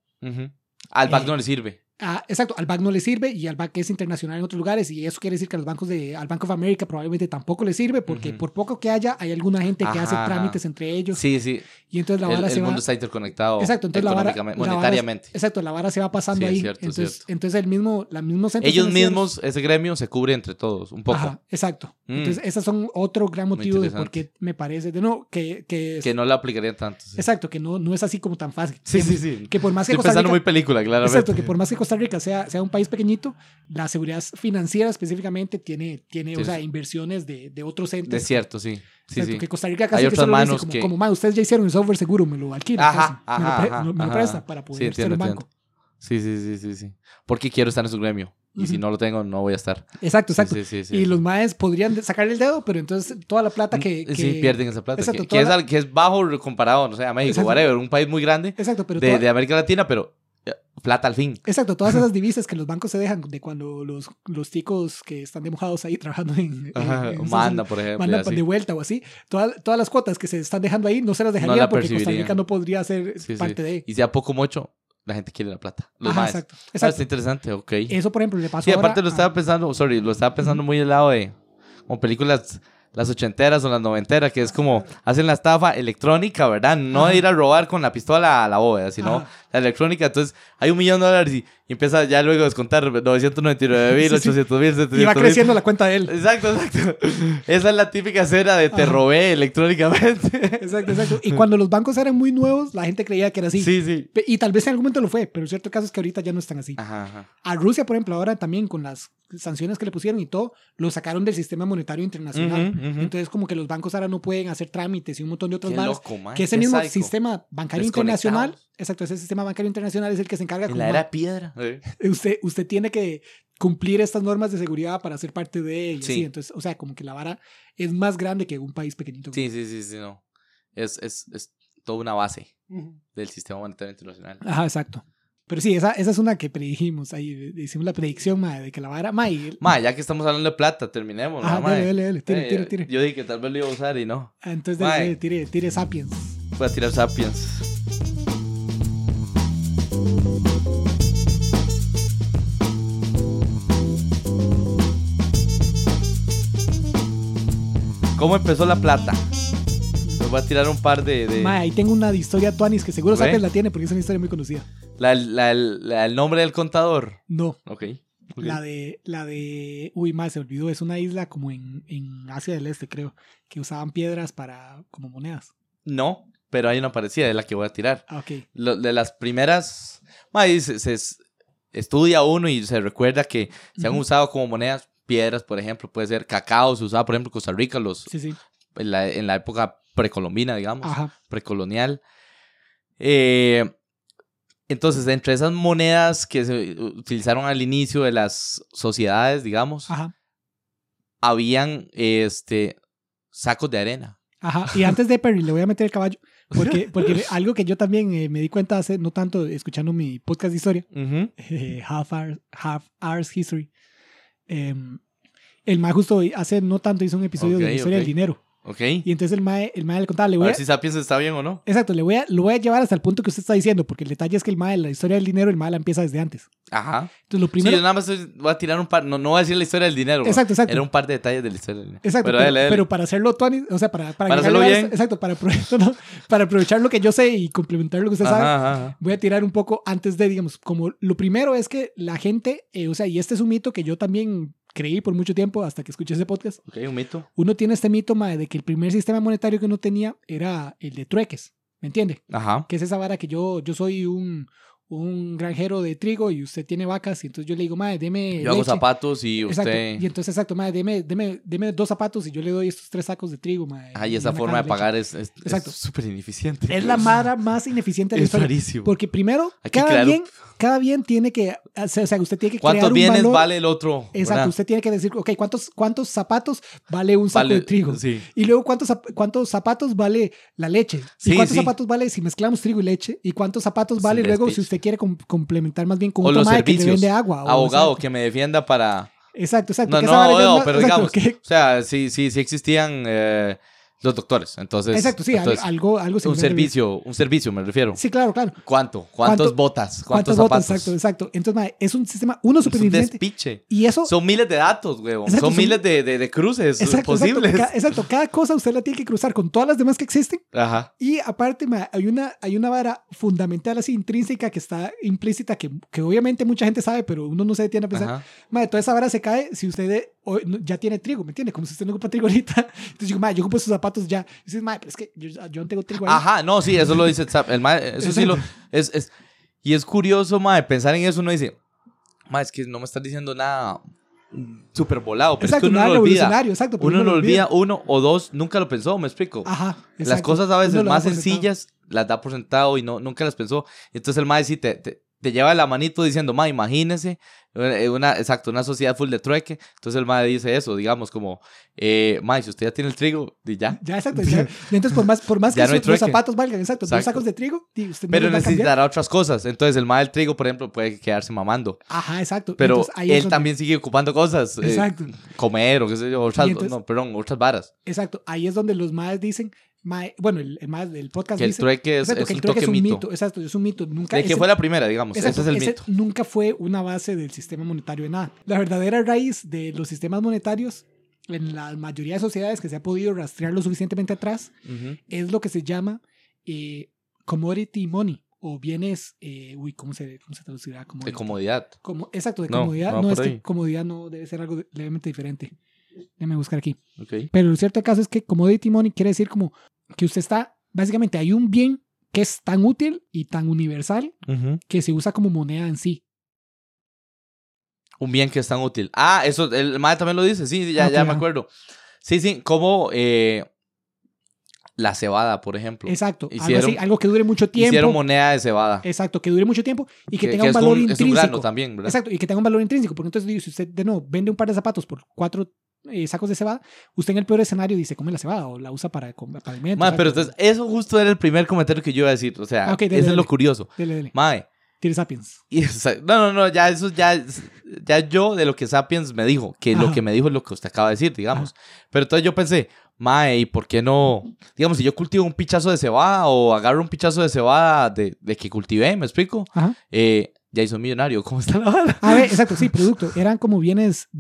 al BAC no le sirve. Exacto, al BAC no le sirve y al BAC es internacional en otros lugares y eso quiere decir que a los bancos al Bank of America probablemente tampoco le sirve porque por poco que haya, hay alguna gente que hace trámites entre ellos. Sí, sí. Y entonces la vara el mundo está interconectado. Exacto, entonces monetariamente. Exacto, la vara se va pasando ahí. Cierto, entonces el mismo centro ellos mismos, ese gremio se cubre entre todos, un poco. Exacto. Entonces esos son otro gran motivo de por qué me parece, que no lo aplicarían tanto. Sí. Exacto, que no es así como tan fácil. Sí. Que por más que Estoy pensando muy película, claramente. Exacto, que por más que Costa Rica sea un país pequeñito, la seguridad financiera específicamente tiene o sea, inversiones de otros entes. De cierto, sí. Que Costa Rica casi hay otras manos dice, como ustedes ya hicieron un software seguro, me lo alquilan. Me lo presta para poder ser un banco. Sí. Porque quiero estar en su gremio. Y si no lo tengo, no voy a estar. Exacto. Sí. Y los maes podrían sacarle el dedo, pero entonces toda la plata que sí, pierden esa plata. Exacto, que es bajo comparado, no sé, a México, whatever, un país muy grande. Exacto, pero de América Latina, pero plata al fin. Exacto, todas esas divisas que los bancos se dejan de cuando los ticos que están de mojados ahí trabajando manda, por ejemplo. Mandan de vuelta o así. Todas las cuotas que se están dejando ahí no se las dejarían porque Costa Rica no podría ser parte de. Y sea poco mucho, la gente quiere la plata. Exacto. Está interesante, ok. Eso, por ejemplo, le pasó ahora. Sí, aparte lo estaba pensando muy del lado de como películas las ochenteras o las noventeras, que es como hacen la estafa electrónica, ¿verdad? No de ir a robar con la pistola a la bóveda, sino la electrónica. Entonces hay $1,000,000 y empieza ya luego a descontar 999,000, 800,000, 700,000. Y va creciendo la cuenta de él. Exacto. Esa es la típica escena de te robé electrónicamente. Exacto. Y cuando los bancos eran muy nuevos, la gente creía que era así. Sí. Y tal vez en algún momento lo fue, pero el cierto caso es que ahorita ya no están así. A Rusia, por ejemplo, ahora también con las sanciones que le pusieron y todo, lo sacaron del sistema monetario internacional. Entonces como que los bancos ahora no pueden hacer trámites y un montón de otras cosas. Que ese mismo sistema bancario internacional, exacto, ese sistema bancario internacional es el que se encarga. En la era piedra. Usted tiene que cumplir estas normas de seguridad para ser parte de ella. Sí. Entonces, o sea, como que la vara es más grande que un país pequeñito. Sí, no. Es toda una base del sistema monetario internacional. Exacto. Pero sí, esa es una que predijimos. Ahí hicimos la predicción, de que la vara... ya que estamos hablando de plata, terminemos. Dale. Tire. Yo dije que tal vez lo iba a usar y no. Entonces, tire Sapiens. Voy a tirar Sapiens. ¿Cómo empezó la plata? Les voy a tirar un par de... Ahí tengo una historia tuanis que seguro Sapiens la tiene porque es una historia muy conocida. ¿El nombre del contador? No. Ok. La de... Uy, se olvidó. Es una isla como en Asia del Este, creo. Que usaban piedras como monedas. No, pero hay una parecida de la que voy a tirar. Ok. De las primeras... se estudia uno y se recuerda que se han usado como monedas piedras, por ejemplo. Puede ser cacao. Se usaba, por ejemplo, en Costa Rica. Sí. En la época precolombina, digamos. Precolonial. Entonces, entre esas monedas que se utilizaron al inicio de las sociedades, digamos, habían sacos de arena. Y antes de Perry, le voy a meter el caballo, porque algo que yo también me di cuenta hace no tanto, escuchando mi podcast de historia, Half Hours History, el mae justo hace no tanto hizo un episodio de la historia del dinero. Ok. Y entonces el mae le contaba, a ver si Sapiens está bien o no. Exacto, lo voy a llevar hasta el punto que usted está diciendo, porque el detalle es que la historia del dinero, el mae la empieza desde antes. Entonces lo primero... Sí, yo nada más voy a tirar un par, no voy a decir la historia del dinero. Exacto. Era un par de detalles de la historia del dinero. Exacto, pero para hacerlo, Tony, o sea, para hacerlo bien. Exacto, para aprovechar lo que yo sé y complementar lo que usted sabe, voy a tirar un poco antes de, digamos, como lo primero es que la gente, o sea, y este es un mito que yo también creí por mucho tiempo hasta que escuché ese podcast. Ok, un mito. Uno tiene este mito, de que el primer sistema monetario que uno tenía era el de trueques, ¿me entiende? Ajá. Que es esa vara que yo soy un un granjero de trigo y usted tiene vacas, y entonces yo le digo, mae, deme Yo hago zapatos y exacto. usted... Y entonces, exacto, mae, deme 2 zapatos y yo le doy estos 3 sacos de trigo, mae. Y esa forma de pagar es súper ineficiente. Es la mara más ineficiente de la historia. Es rarísimo. Porque primero, cada bien tiene que... O sea, usted tiene que crear un ¿Cuántos bienes valor? vale el otro? Exacto, ¿verdad? usted tiene que decir, ok, ¿cuántos zapatos vale un saco de trigo? Sí. Y luego, ¿cuántos zapatos vale la leche? ¿Y cuántos zapatos vale si mezclamos trigo y leche? ¿Y cuántos zapatos vale luego si usted quiere complementar más bien con un tomate que le vende agua? Abogado que me defienda para... Exacto. No, pero digamos, o sea, sí existían los doctores, entonces... Exacto, sí, algo similar. Un servicio, me refiero. Sí, claro. ¿Cuántas botas? ¿Cuántos zapatos? Exacto. Entonces, mae, es un sistema, súper eficiente. Es un despiche. Y eso... Son miles de datos, huevón. Son miles de cruces posibles. Exacto. Cada cosa usted la tiene que cruzar con todas las demás que existen. Ajá. Y aparte, mae, hay una vara fundamental así, intrínseca, que está implícita, que obviamente mucha gente sabe, pero uno no se detiene a pensar. Mae, toda esa vara se cae si usted ya tiene trigo, ¿me entiende? Como si usted no ocupa trigo ahorita. Entonces digo, mae, yo ocupo sus zapatos ya. Y dices, mae, pero es que yo no tengo trigo ahí. Ajá, no, sí, eso lo dice el mae, eso sí lo... Y es curioso, mae, pensar en eso. Uno dice, mae, es que no me estás diciendo nada súper volado. Pero exacto, es que uno lo olvida. Exacto, uno lo olvida, uno o dos, nunca lo pensó, me explico. Ajá, exacto. Las cosas a veces más sencillas las da por sentado y nunca las pensó. Entonces el mae sí te lleva la manito diciendo, mae, imagínese una sociedad full de trueque. Entonces el mae dice eso, digamos, como, mae, si usted ya tiene el trigo, ya. Ya, exacto. Ya. Entonces, por más que los zapatos valgan, exacto, 2 sacos de trigo, usted pero necesitará otras cosas. Entonces el mae del trigo, por ejemplo, puede quedarse mamando. Ajá, exacto. Pero entonces, él también sigue ocupando cosas. Exacto. Comer o qué sé yo, otras varas. Exacto. Ahí es donde los maes dicen, bueno, el mae del podcast que dice... el trueque es un mito. Exacto, es un mito. Nunca, de que fue la primera, digamos. Exacto, ese es el mito. Nunca fue una base del sistema monetario de nada. La verdadera raíz de los sistemas monetarios en la mayoría de sociedades que se ha podido rastrear lo suficientemente atrás es lo que se llama commodity money o bienes, ¿cómo se traducirá? De comodidad. Exacto, de comodidad. No, es que comodidad no debe ser algo levemente diferente. Déjame buscar aquí. Okay. Pero lo cierto caso es que commodity money quiere decir como que usted está, básicamente hay un bien que es tan útil y tan universal que se usa como moneda en sí. Un bien que es tan útil. Eso, el mae también lo dice, sí, ya me acuerdo. Sí, como la cebada, por ejemplo. Exacto, algo que dure mucho tiempo. Hicieron moneda de cebada. Exacto, que dure mucho tiempo y que tenga un valor intrínseco. Es un grano también, ¿verdad? Exacto, y que tenga un valor intrínseco, porque entonces si usted vende un par de zapatos por 4 sacos de cebada, usted en el peor escenario dice, come la cebada o la usa para alimentos. Mae, pero entonces, eso justo era el primer comentario que yo iba a decir, o sea, eso es lo curioso. Dele. Mae. Tiene Sapiens. No, ya eso ya yo de lo que Sapiens me dijo, que lo que me dijo es lo que usted acaba de decir, digamos. Pero entonces yo pensé, mae, ¿y por qué no? Digamos, si yo cultivo un pichazo de cebada o agarro un pichazo de cebada de que cultivé, ¿me explico? Ya hizo un millonario, ¿cómo está la vara? A ver, exacto, sí, producto. Eran como bienes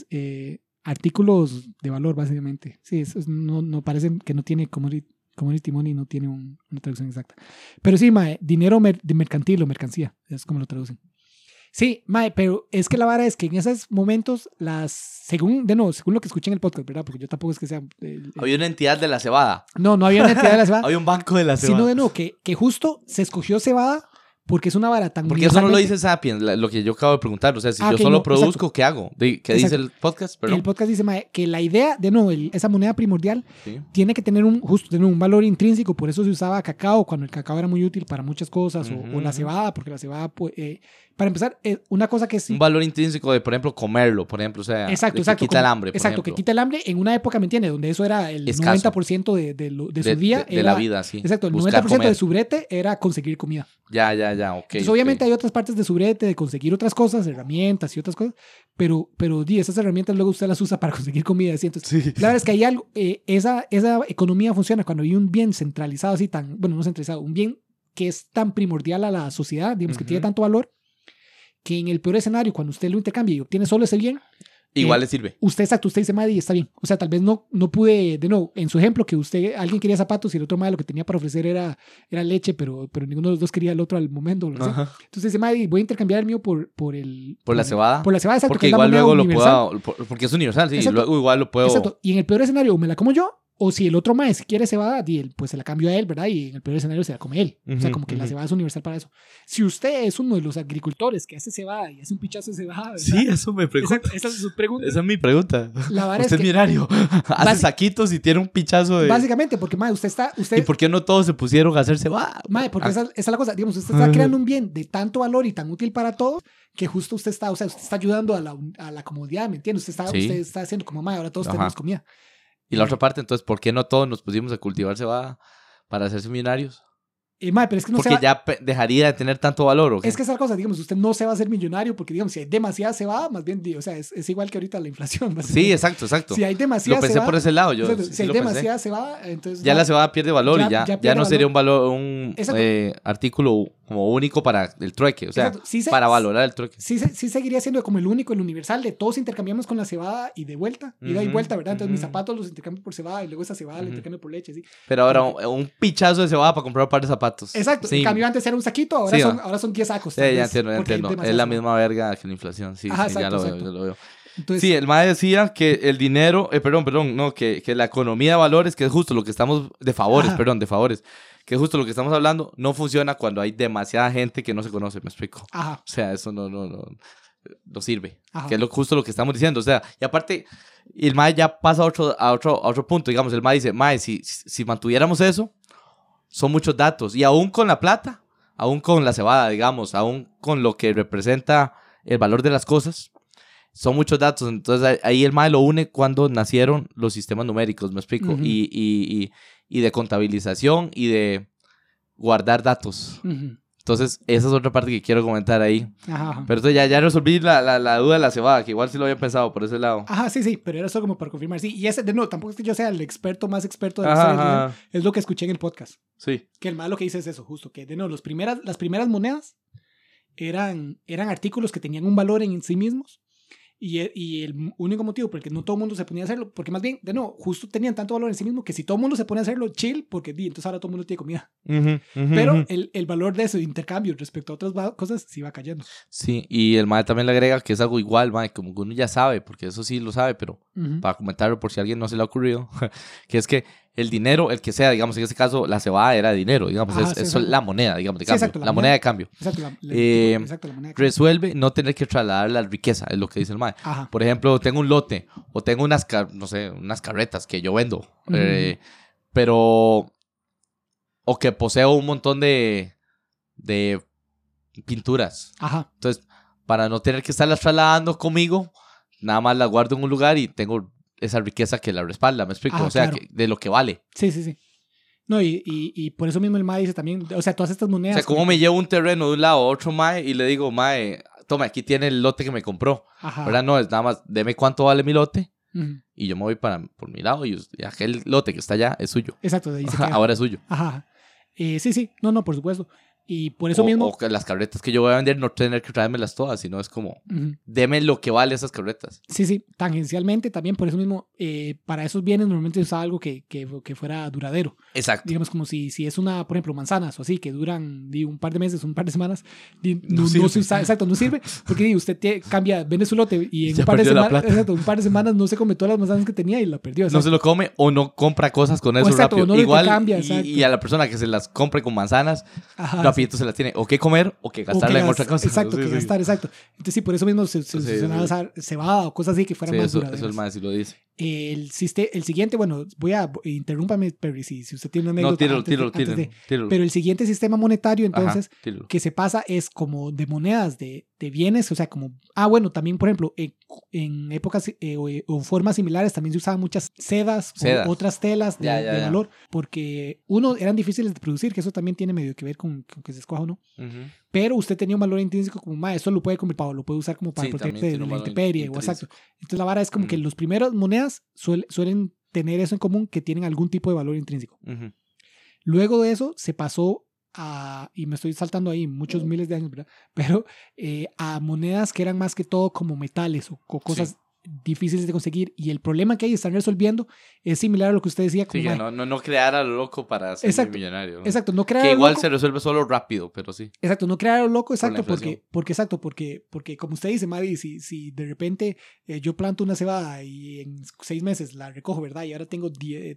artículos de valor, básicamente. Sí, eso no parece que no tiene commodity money, no tiene una traducción exacta. Pero sí, mae, dinero mercantil o mercancía, es como lo traducen. Sí, mae, pero es que la vara es que en esos momentos, según lo que escuché en el podcast, ¿verdad? Porque yo tampoco es que sea... Había una entidad de la cebada. No había una entidad de la cebada. Había un banco de la cebada. Sino que justo se escogió cebada porque es una vara tan... Porque eso no lo dice Sapiens, lo que yo acabo de preguntar. O sea, si yo solo produzco, exacto. ¿Qué hago? ¿Qué dice el podcast? Perdón. El podcast dice, mae, que la idea, esa moneda primordial, tiene que tener un valor intrínseco. Por eso se usaba cacao, cuando el cacao era muy útil para muchas cosas. O la cebada, porque la cebada... para empezar, una cosa que sí... Un valor intrínseco de, por ejemplo, comerlo, por ejemplo. O sea, que quita el hambre, exacto, que quita el hambre en una época, ¿me entiendes? Donde eso era el escaso. 90% de su día. De la vida, sí. Exacto, el 90% de su brete era conseguir comida. Ya, ok. Entonces, obviamente hay otras partes de su brete, de conseguir otras cosas, herramientas y otras cosas, pero esas herramientas luego usted las usa para conseguir comida. ¿sí? Entonces, la verdad es que hay algo, esa economía funciona cuando hay un bien centralizado así no centralizado, un bien que es tan primordial a la sociedad, digamos, que tiene tanto valor, que en el peor escenario, cuando usted lo intercambia y obtiene solo ese bien, igual le sirve. Usted dice, madre, está bien. O sea, tal vez no pude, de nuevo, en su ejemplo, que alguien quería zapatos y el otro madre lo que tenía para ofrecer era leche, pero ninguno de los dos quería el otro al momento. Entonces dice, madre, voy a intercambiar el mío por la cebada. Por la cebada, exacto. Porque igual luego lo puedo, porque es universal, sí, luego igual lo puedo. Exacto. Y en el peor escenario, o me la como yo, O si el otro mae si quiere cebada, pues se la cambio a él, ¿verdad? Y en el peor escenario se la come él. O sea, como que la cebada es universal para eso. Si usted es uno de los agricultores que hace cebada y hace un pichazo de cebada, ¿verdad? Sí, eso me pregunta. Esa es su pregunta. Esa es mi pregunta. La vara usted es millonario. Hace saquitos y tiene un pichazo de... Básicamente, porque, mae, usted... ¿Y por qué no todos se pusieron a hacer cebada? Mae, porque esa es la cosa. Digamos, usted está creando un bien de tanto valor y tan útil para todos que justo usted está ayudando a la comodidad, ¿me entiende? Usted está haciendo como, mae, ahora todos tenemos comida. Y la otra parte, entonces, ¿por qué no todos nos pusimos a cultivar cebada para hacerse millonarios? Mae, pero es que no porque ya dejaría de tener tanto valor, ¿o qué? Es que esa cosa, digamos, usted no se va a hacer millonario porque, digamos, si hay demasiada cebada, más bien, o sea, es igual que ahorita la inflación. Sí, exacto. Si hay demasiada Lo pensé cebada, por ese lado. Yo si hay demasiada cebada, entonces... Ya la cebada pierde valor y ya no sería un valor, un artículo como único para el trueque, o sea, para valorar el trueque. Sí seguiría siendo como el único, el universal, de todos intercambiamos con la cebada y de vuelta, ida y vuelta, ¿verdad? Entonces mis zapatos los intercambio por cebada y luego esa cebada la intercambio por leche, ¿sí? Pero ahora un pichazo de cebada para comprar un par de zapatos. Exacto, sí. En cambio antes era un saquito, ahora son 10 sacos. Sí, ya entiendo. Es la misma verga que la inflación, sí, ajá, sí, exacto, ya lo veo. Entonces, sí, el mae decía que el dinero, que la economía de valores, que es justo lo que estamos, de favores, que es justo lo que estamos hablando, no funciona cuando hay demasiada gente que no se conoce, me explico. Ajá. O sea, eso no sirve, ajá, que es justo lo que estamos diciendo, o sea, y aparte, el mae ya pasa a otro punto, digamos, el mae dice, mae, si mantuviéramos eso, son muchos datos, y aún con la plata, aún con la cebada, digamos, aún con lo que representa el valor de las cosas, son muchos datos. Entonces ahí el mae lo une cuando nacieron los sistemas numéricos, me explico, y de contabilización y de guardar datos. Entonces esa es otra parte que quiero comentar ahí. Ajá. Pero entonces ya resolví la duda de la cebada, que igual sí lo había pensado por ese lado. Ajá, sí, pero era solo como para confirmar. Sí, y ese, de nuevo, tampoco es que yo sea el experto más experto de la historia, es lo que escuché en el podcast. Sí. Que el mae lo que dice es eso, justo, que de nuevo, las primeras monedas eran artículos que tenían un valor en sí mismos. Y el único motivo por el que no todo el mundo se ponía a hacerlo, porque más bien, de nuevo, justo tenían tanto valor en sí mismo que si todo el mundo se pone a hacerlo, chill, porque entonces ahora todo el mundo tiene comida. Pero el valor de ese intercambio respecto a otras cosas sí va cayendo. Sí, y el mae también le agrega que es algo igual, mae, como que uno ya sabe, porque eso sí lo sabe, pero para comentarlo por si a alguien no se le ha ocurrido, que es que el dinero, el que sea, digamos, en este caso, la cebada era dinero, digamos, es la moneda, digamos, de cambio, exacto, la moneda de cambio. Exacto, la moneda de cambio. Resuelve no tener que trasladar la riqueza, es lo que dice el mae. Por ejemplo, tengo un lote, o tengo unas carretas que yo vendo, pero, o que poseo un montón de pinturas. Ajá. Entonces, para no tener que estarlas trasladando conmigo, nada más las guardo en un lugar y tengo esa riqueza que la respalda, ¿me explico? O sea, claro, de lo que vale. Sí. No, y por eso mismo el mae dice también, o sea, todas estas monedas... O sea, ¿cómo me llevo un terreno de un lado a otro mae y le digo, mae, toma, aquí tiene el lote que me compró? Ajá. ¿Verdad? No, es nada más, deme cuánto vale mi lote y yo me voy por mi lado y aquel lote que está allá es suyo. Exacto, de ahí se queda. Ahora es suyo. Ajá. Sí, no, por supuesto. Y por eso mismo... O que las carretas que yo voy a vender no tener que traérmelas todas, sino es como, deme lo que vale esas carretas. Sí, tangencialmente también, por eso mismo, para esos bienes normalmente se usaba algo que fuera duradero. Exacto. Digamos como si es una, por ejemplo, manzanas o así, que duran un par de meses, un par de semanas, no se usa, exacto, no sirve, porque usted vende su lote y en un par de semanas no se come todas las manzanas que tenía y la perdió. Exacto. No se lo come o no compra cosas con eso rápido. No igual cambia, y a la persona que se las compre con manzanas, rápido se las tiene o que comer o que gastarla en otra cosa. Exacto, gastar, exacto. Entonces sí, por eso mismo se usaba cebada o cosas así que fueran más duraderas. Eso el más sí lo dice. El siguiente, bueno, interrúmpame, Perry, si usted tiene una anécdota. No, tíralo. Pero el siguiente sistema monetario, entonces, que se pasa es como de monedas, de bienes, o sea, como, también, por ejemplo, en épocas o formas similares también se usaban muchas sedas. O otras telas de valor, porque eran difíciles de producir, que eso también tiene medio que ver con que se escoja o no. Pero usted tenía un valor intrínseco como, esto lo puede comprar, lo puede usar como para protegerte de la intemperie. Exacto. Entonces la vara es como que las primeras monedas suelen tener eso en común, que tienen algún tipo de valor intrínseco. Luego de eso se pasó y me estoy saltando ahí muchos miles de años, ¿verdad? Pero a monedas que eran más que todo como metales o cosas difíciles de conseguir. Y el problema que ahí están resolviendo es similar a lo que usted decía. Como, sí, no crear a lo loco para ser millonario. ¿no? Exacto, no crear que a lo igual loco. Se resuelve solo rápido, pero sí. Exacto, no crear a lo loco, exacto, porque como usted dice, Mavi, si de repente yo planto una cebada y en 6 meses la recojo, ¿verdad? Y ahora tengo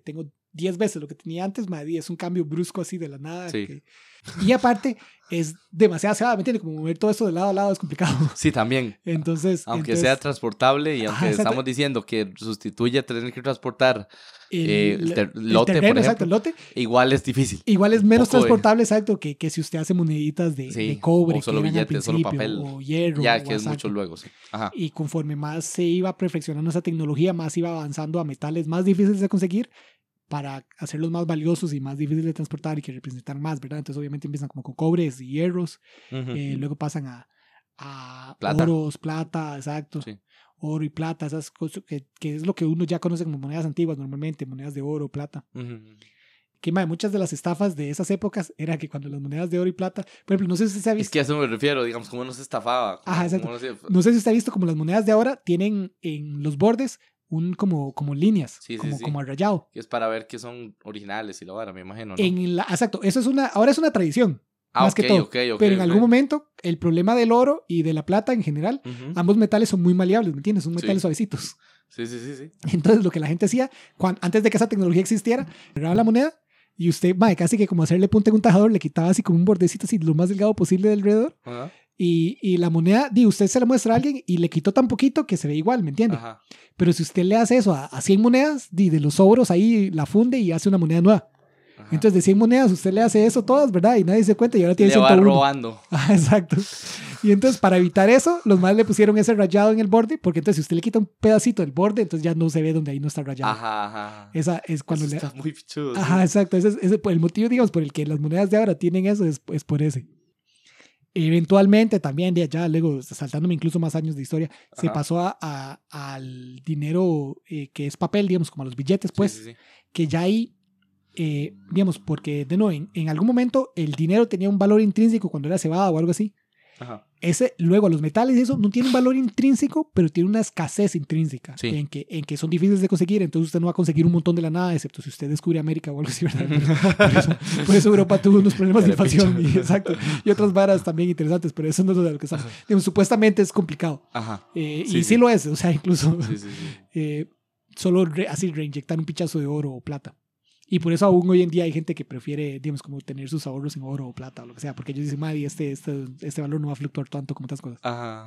10 veces lo que tenía antes, Mavi, es un cambio brusco así de la nada. Sí. Y aparte, es demasiada cebada, ¿me entiende? Como mover todo eso de lado a lado es complicado. Sí, también. Entonces sea transportable y aunque estamos diciendo que sustituye tener que transportar el lote, terreno, por ejemplo, exacto, el lote, igual es difícil. Igual es menos transportable, exacto, que si usted hace moneditas de cobre, o solo billetes, solo papel, o hierro. Ya, que es mucho luego, sí. Ajá. Y conforme más se iba perfeccionando esa tecnología, más iba avanzando a metales más difíciles de conseguir para hacerlos más valiosos y más difíciles de transportar y que representan más, ¿verdad? Entonces obviamente empiezan como con cobres y hierros, luego pasan a plata. Oros, plata, exacto. Sí. Oro y plata, esas cosas que es lo que uno ya conoce como monedas antiguas normalmente, monedas de oro, plata. Que muchas de las estafas de esas épocas era que cuando las monedas de oro y plata, por ejemplo, no sé si se ha visto. Es que a eso me refiero, digamos, cómo no se estafaba. Ajá, exacto. No sé si usted ha visto como las monedas de ahora tienen en los bordes como líneas, como arrayado. Que es para ver que son originales y lo vara, me imagino, ¿no? Exacto, eso ahora es una tradición. Más que todo. Pero en algún momento, el problema del oro y de la plata en general, ambos metales son muy maleables, ¿me entiendes? Son metales suavecitos. Sí. Entonces, lo que la gente hacía, antes de que esa tecnología existiera, agarraba la moneda y usted, casi que como hacerle punta en un tajador, le quitaba así como un bordecito así lo más delgado posible de alrededor. Y la moneda, usted se la muestra a alguien y le quitó tan poquito que se ve igual, ¿me entiende? Pero si usted le hace eso a 100 monedas, de los sobros ahí la funde y hace una moneda nueva. Entonces de 100 monedas usted le hace eso todas, ¿verdad? Y nadie se cuenta y ahora tiene 101. Le va robando. Exacto. Y entonces para evitar eso, los más le pusieron ese rayado en el borde, porque entonces si usted le quita un pedacito del borde, entonces ya no se ve donde ahí no está rayado. Ajá. Esa es cuando eso está muy pichudo. Ajá, exacto. Ese el motivo, digamos, por el que las monedas de ahora tienen eso es por ese. Eventualmente también, ya luego saltándome incluso más años de historia, se pasó al dinero que es papel, digamos, como a los billetes, pues, sí. Que ya ahí, digamos, porque de nuevo, en algún momento el dinero tenía un valor intrínseco cuando era cebada o algo así. Ese, luego los metales y eso no tienen un valor intrínseco, pero tiene una escasez intrínseca en que son difíciles de conseguir, entonces usted no va a conseguir un montón de la nada, excepto si usted descubre América o algo así, ¿verdad? Por eso Europa tuvo unos problemas de inflación y otras varas también interesantes, pero eso no es de lo que estamos. Digamos, supuestamente es complicado. Sí lo es, o sea, incluso solo así reinyectar un pichazo de oro o plata. Y por eso aún hoy en día hay gente que prefiere, digamos, como tener sus ahorros en oro o plata o lo que sea, porque ellos dicen, madre, este valor no va a fluctuar tanto como otras cosas.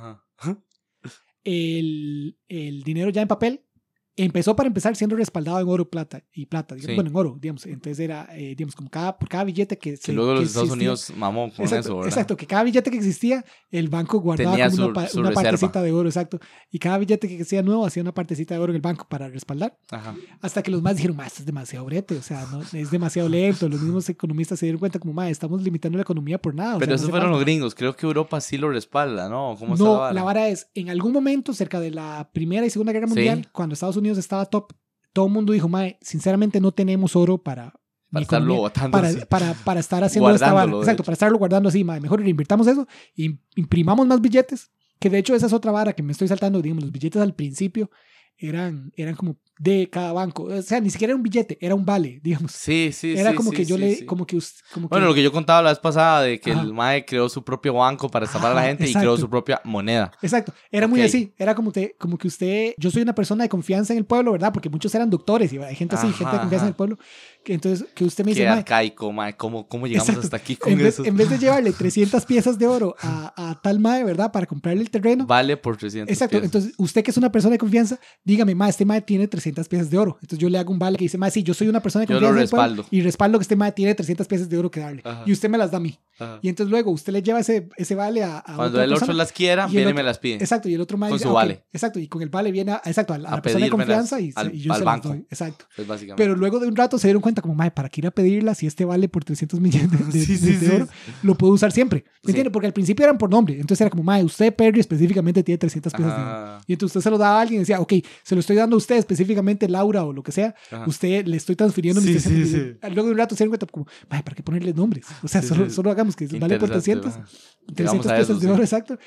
El dinero ya en papel empezó para empezar siendo respaldado en oro y plata, digamos, bueno, en oro, digamos. Entonces era, digamos, como por cada billete que luego los Estados Unidos mamó con eso, ¿verdad? Exacto, que cada billete que existía, el banco guardaba tenía como una partecita de oro, exacto. Y cada billete que hacía nuevo hacía una partecita de oro en el banco para respaldar. Hasta que los más dijeron, esto es demasiado brete, o sea, no, es demasiado lento. Los mismos economistas se dieron cuenta como, estamos limitando la economía por nada. Pero esos fueron los gringos, creo que Europa sí lo respalda, ¿no? ¿Cómo está la vara? La vara es, en algún momento, cerca de la Primera y Segunda Guerra Mundial, cuando Estados Unidos estaba top, todo el mundo dijo, sinceramente no tenemos oro para estarlo botando para estar haciendo esta vara. Exacto, para estarlo guardando así, mejor reinvirtamos eso y imprimamos más billetes, que de hecho esa es otra vara que me estoy saltando, digamos, los billetes al principio eran como de cada banco, o sea, ni siquiera era un billete, era un vale, digamos. Era como que bueno, lo que yo contaba la vez pasada de que el mae creó su propio banco para estafar a la gente y creó su propia moneda. Exacto, era muy así, era como que usted, yo soy una persona de confianza en el pueblo, ¿verdad? Porque muchos eran doctores y hay gente así, gente de confianza en el pueblo, que entonces que usted me dice, qué arcaico, mae, ¿cómo llegamos hasta aquí con eso? En vez de llevarle 300 piezas de oro a tal mae, ¿verdad? Para comprarle el terreno. Vale por 300 Exacto, piezas. Entonces usted que es una persona de confianza, dígame, este mae tiene 300 piezas de oro. Entonces yo le hago un vale que dice, sí, yo soy una persona de confianza. Yo lo respaldo. Y respaldo que este mae tiene 300 piezas de oro que darle. Y usted me las da a mí. Y entonces luego usted le lleva ese vale a cuando el otro las quiera, viene y me las pide. Exacto, y el otro mae con su vale. Exacto, y con el vale viene a la persona de confianza y yo se las doy. Exacto. Pues pero luego de un rato se dieron cuenta como, ¿para qué ir a pedirla si este vale por 300 millones de oro? Lo puedo usar siempre. ¿Me entiende? Porque al principio eran por nombre. Entonces era como, usted, Perry, específicamente tiene 300 piezas de oro. Y entonces usted se lo daba a alguien y decía, ok, se lo estoy dando a usted, específicamente Laura o lo que sea. Usted le estoy transfiriendo mis 300 millones. Luego de un rato se dieron cuenta como, ¿para qué ponerle nombres? O sea, solo haga digamos, que vale por 300 pesos de oro, exacto.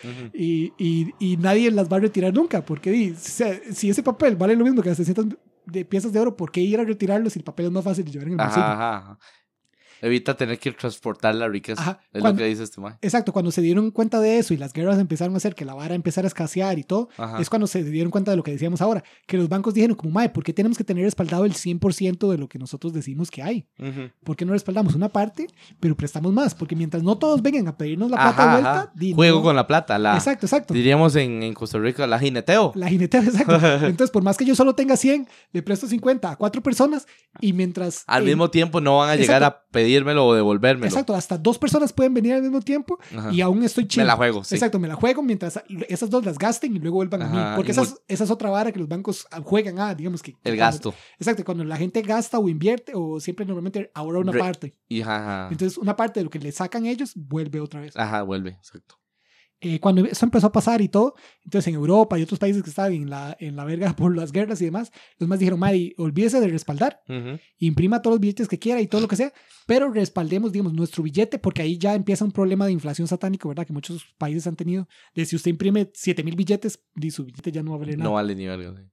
Y nadie las va a retirar nunca, porque si ese papel vale lo mismo que las 300 de piezas de oro, ¿por qué ir a retirarlo si el papel es más fácil de llevar en el bolsillo? Ajá. Evita tener que transportar la riqueza. Es lo que dice este man. Exacto, cuando se dieron cuenta de eso y las guerras empezaron a hacer que la vara empezara a escasear y todo, es cuando se dieron cuenta de lo que decíamos ahora, que los bancos dijeron como, mae, ¿por qué tenemos que tener respaldado el 100% de lo que nosotros decimos que hay? ¿Por qué no respaldamos una parte, pero prestamos más? Porque mientras no todos vengan a pedirnos la plata de vuelta... Juego con la plata. Exacto. Diríamos en Costa Rica, la jineteo. La jineteo, exacto. Entonces, por más que yo solo tenga 100, le presto 50 a 4 personas y mientras... Al mismo tiempo no van a llegar a pedírmelo o devolvérmelo. Exacto, hasta 2 personas pueden venir al mismo tiempo y aún estoy chido. Me la juego, sí. Exacto, me la juego mientras esas 2 las gasten y luego vuelvan a mí. Porque esa es otra vara que los bancos juegan digamos que... El gasto. Exacto, cuando la gente gasta o invierte o siempre normalmente ahorra una parte. Entonces una parte de lo que le sacan ellos vuelve otra vez. Vuelve, exacto. Cuando eso empezó a pasar y todo, entonces en Europa y otros países que estaban en la verga por las guerras y demás, los más dijeron, madre, olvídese de respaldar, imprima todos los billetes que quiera y todo lo que sea, pero respaldemos, digamos, nuestro billete, porque ahí ya empieza un problema de inflación satánico, ¿verdad? Que muchos países han tenido, de si usted imprime 7,000 billetes, su billete ya no va a valer nada. No vale ni verga, sí.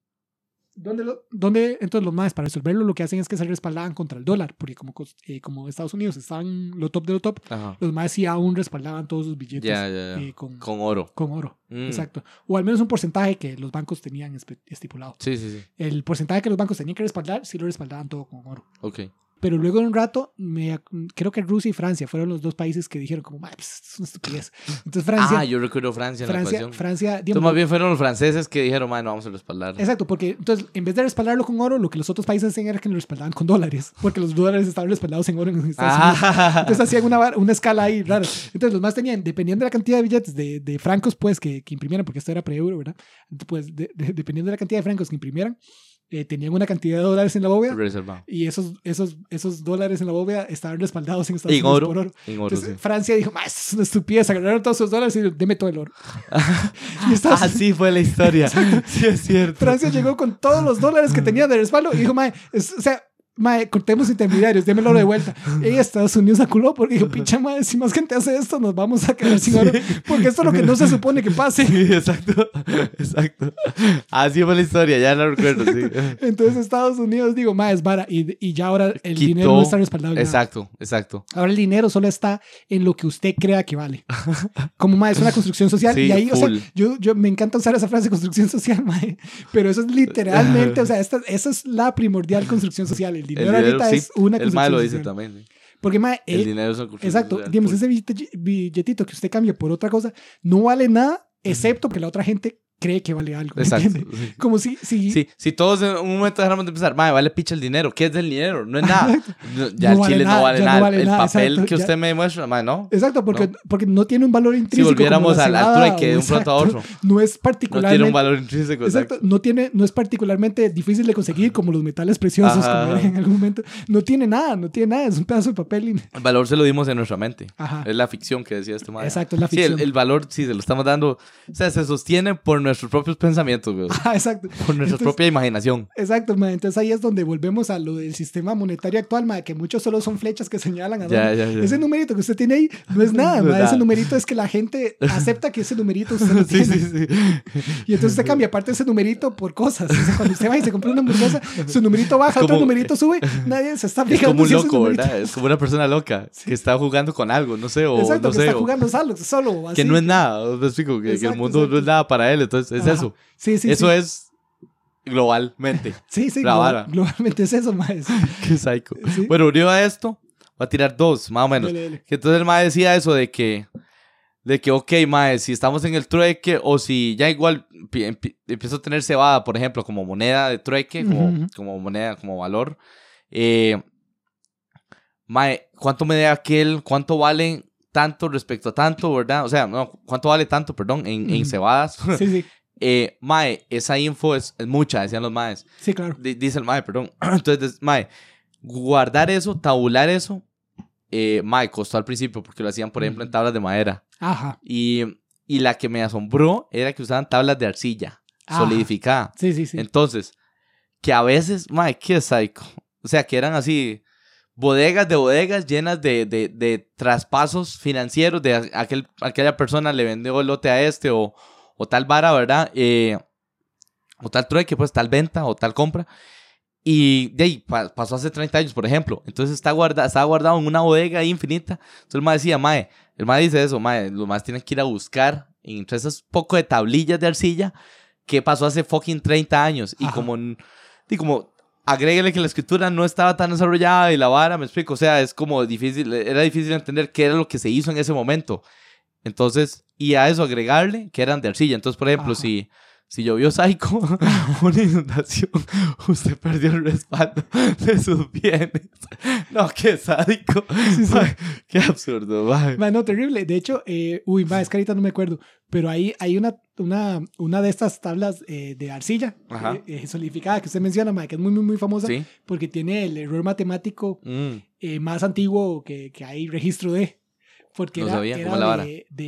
¿Dónde entonces los más para resolverlo lo que hacen es que se respaldaban contra el dólar? Porque como Estados Unidos estaban lo top de lo top, los más sí aún respaldaban todos sus billetes con oro. Con oro, exacto. O al menos un porcentaje que los bancos tenían estipulado. Sí. El porcentaje que los bancos tenían que respaldar, sí lo respaldaban todo con oro. Ok. Pero luego de un rato, creo que Rusia y Francia fueron los 2 países que dijeron como, pues, es una estupidez. Entonces Francia... yo recuerdo Francia en la ecuación. Francia, digamos, entonces más bien fueron los franceses que dijeron, no vamos a respaldarlo. Exacto, porque entonces en vez de respaldarlo con oro, lo que los otros países hacían era que lo respaldaban con dólares, porque los dólares estaban respaldados en oro en Estados Unidos. Entonces hacían una escala ahí rara. Entonces los más tenían, dependiendo de la cantidad de billetes de francos pues que imprimieran, porque esto era pre-euro, ¿verdad? Pues dependiendo de la cantidad de francos que imprimieran, tenían una cantidad de dólares en la bóveda reservado. Y esos dólares en la bóveda estaban respaldados en Estados Unidos por oro. Entonces, Francia dijo, es una estupidez, agarraron todos esos dólares y dijeron, deme todo el oro. Así fue la historia. Sí, es cierto. Francia llegó con todos los dólares que tenía de respaldo y dijo, cortemos intermediarios, démelo de vuelta. Y Estados Unidos aculó porque dijo, pincha madre, si más gente hace esto, nos vamos a quedar sin oro. Porque esto es lo que no se supone que pase. Sí, exacto. Así fue la historia, ya la recuerdo, sí. Entonces Estados Unidos, es vara. Y ya ahora el dinero no está respaldado. Exacto. Ahora el dinero solo está en lo que usted crea que vale. Como, es una construcción social. Sí, y ahí, full. Yo me encanta usar esa frase, construcción social, pero eso es literalmente, esa es la primordial construcción social. El dinero ahorita es una construcción social. El mae lo dice también. ¿Sí? Porque, el dinero es una construcción exacto, social. Digamos, ese billetito que usted cambia por otra cosa no vale nada, excepto que la otra gente cree que vale algo. Exacto. Sí. Como si todos en un momento dejáramos de pensar, vale picha el dinero. ¿Qué es el dinero? No es nada. Ya el Chile no vale nada. El papel exacto, que usted me demuestra, no. Exacto, porque no tiene un valor intrínseco. Si volviéramos al trueque de un pronto a otro. No es particularmente... No tiene un valor intrínseco. Exacto. No es particularmente difícil de conseguir como los metales preciosos, como en algún momento. No tiene nada. Es un pedazo de papel. El valor se lo dimos en nuestra mente. Es la ficción que decía este man. Exacto, es la ficción. Sí, el valor, sí, se lo estamos dando. O sea, se sostiene por nuestros propios pensamientos, güey. Exacto. Por nuestra propia imaginación. Exacto, man. Entonces ahí es donde volvemos a lo del sistema monetario actual, man, que muchos solo son flechas que señalan a dónde. Ya. Ese numerito que usted tiene ahí no es nada, man. Ese numerito es que la gente acepta que ese numerito usted lo tiene. Sí. Y entonces usted cambia aparte de ese numerito por cosas. O sea, cuando usted va y se compra una hamburguesa, su numerito baja, otro numerito sube, nadie se está fijando. Es como un loco, ¿verdad? Es como una persona loca que está jugando con algo, no sé, o exacto, no que sé. está jugando solo así. Que no es nada, me explico, que el mundo no es nada para él, entonces es eso. Sí. Eso es globalmente. Sí, globalmente es eso, maestro. Qué psycho. ¿Sí? Bueno, unido a esto, voy a tirar 2, más o menos. Dale. Que entonces el mae decía eso de que ok, mae, si estamos en el trueque o si ya igual empiezo a tener cebada, por ejemplo, como moneda de trueque, como moneda, como valor. Mae, ¿cuánto me dé aquel? ¿Cuánto vale tanto respecto a tanto, verdad? O sea, no, ¿cuánto vale tanto, perdón, en cebadas? Sí. Mae, esa info es mucha, decían los maes. Sí, claro. Dice el mae, perdón. Entonces, mae, guardar eso, tabular eso, mae, costó al principio porque lo hacían, por ejemplo, en tablas de madera. Ajá. Y la que me asombró era que usaban tablas de arcilla solidificada. Sí. Entonces, que a veces, mae, qué psycho. O sea, que eran así, bodegas de bodegas llenas de traspasos financieros, de aquella persona le vendió el lote a este o tal vara, ¿verdad? O tal trueque, pues tal venta o tal compra. Y de ahí pasó hace 30 años, por ejemplo. Entonces estaba guardado en una bodega ahí infinita. Entonces el mae decía, el mae dice eso, los maes tienen que ir a buscar entre esas poco de tablillas de arcilla que pasó hace fucking 30 años. Ajá. Y como agréguele que la escritura no estaba tan desarrollada y la vara, me explico. O sea, es como era difícil entender qué era lo que se hizo en ese momento. Entonces, y a eso agregarle que eran de arcilla. Entonces, por ejemplo, si llovió Psycho, una inundación, usted perdió el respaldo de sus bienes. No, qué sádico. Sí. Qué absurdo, mae. No, terrible. De hecho, es que ahorita no me acuerdo, pero hay una de estas tablas de arcilla solidificada que usted menciona, mae, que es muy, muy, muy famosa, ¿sí? Porque tiene el error matemático más antiguo que hay registro de. Porque no sabía, era ¿cómo la vara?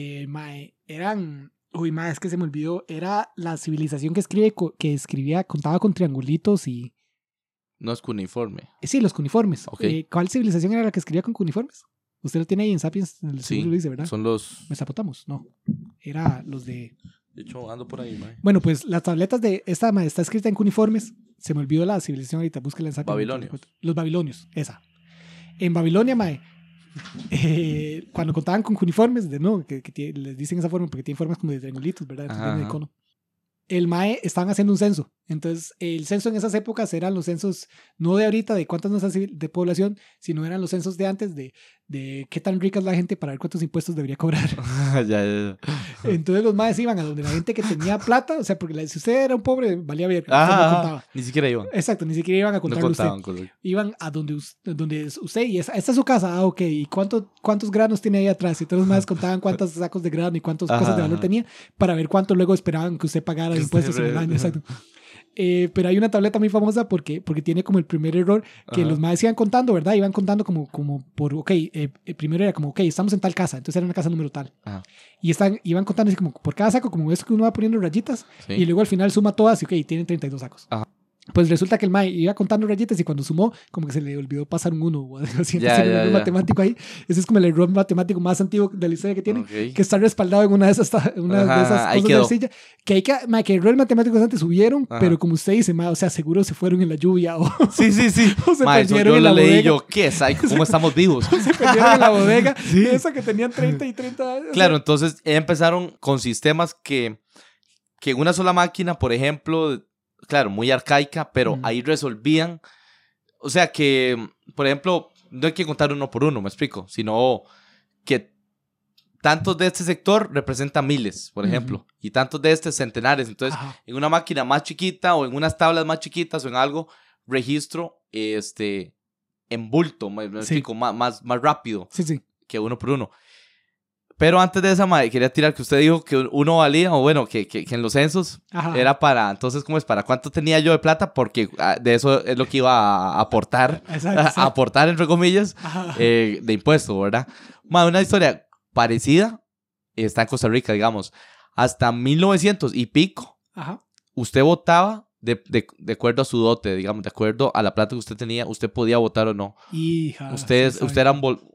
Eran... es que se me olvidó. Era la civilización que escribía, contaba con triangulitos y... No es cuneiforme. Sí, los cuneiformes. Okay. ¿Cuál civilización era la que escribía con cuniformes? Usted lo tiene ahí en Sapiens, en el segundo lo dice, ¿verdad? Son los... Mesopotamos, no. Era los de... De hecho, ando por ahí, mae. Bueno, pues las tabletas de esta está escrita en cuniformes. Se me olvidó la civilización ahorita, búsquela en Sapiens. Babilonios. Los babilonios, esa. En Babilonia, mae, cuando contaban con cuneiformes, que les dicen esa forma porque tienen formas como de triangulitos, ¿verdad? De cono. El mae estaban haciendo un censo. Entonces, el censo en esas épocas eran los censos, no de ahorita, de cuántas no de población, sino eran los censos de antes, de qué tan rica es la gente para ver cuántos impuestos debería cobrar. ya. Entonces, los maes iban a donde la gente que tenía plata, o sea, porque si usted era un pobre, valía bien. No contaba. Ni siquiera iban. Exacto, ni siquiera iban a contarle a usted. Correcto. Iban a donde usted, y esta es su casa, ok, ¿y cuántos granos tiene ahí atrás? Y todos los maes contaban cuántos sacos de grano y cuántas cosas de valor tenía para ver cuánto luego esperaban que usted pagara de impuestos en el año. Exacto. Pero hay una tableta muy famosa porque tiene como el primer error que los maes iban contando, ¿verdad? Iban contando como por, primero era como, estamos en tal casa, entonces era una casa número tal. Y iban contando así como por cada saco, como eso que uno va poniendo rayitas, y luego al final suma todas y tienen 32 sacos. Pues resulta que el mae iba contando rayitas y cuando sumó, como que se le olvidó pasar un 1 o algo así. Entonces el error matemático ahí. Ese es como el error matemático más antiguo de la historia que tiene, que está respaldado en una de esas cosas de arcilla. Que errores matemáticos antes subieron, pero como usted dice, o sea, seguro se fueron en la lluvia o, sí. o se perdieron en la bodega. ¿Qué es? ¿Cómo estamos vivos? Se perdieron en la bodega. Sí. Eso que tenían 30 y 30 años. Claro, entonces empezaron con sistemas que una sola máquina, por ejemplo... Claro, muy arcaica, pero ahí resolvían. O sea que, por ejemplo, no hay que contar uno por uno, me explico, sino que tantos de este sector representan miles, por ejemplo, y tantos de este centenares. Entonces, en una máquina más chiquita o en unas tablas más chiquitas o en algo, registro en bulto, me explico, más rápido que uno por uno. Pero antes de esa, quería tirar que usted dijo que uno valía, o bueno, que en los censos era para, entonces, ¿cómo es? ¿Para cuánto tenía yo de plata? Porque de eso es lo que iba a aportar, a aportar, entre comillas, de impuesto, ¿verdad? Una historia parecida está en Costa Rica, digamos. Hasta 1900 y pico, usted votaba de acuerdo a su dote, digamos, de acuerdo a la plata que usted tenía, usted podía votar o no. Usted era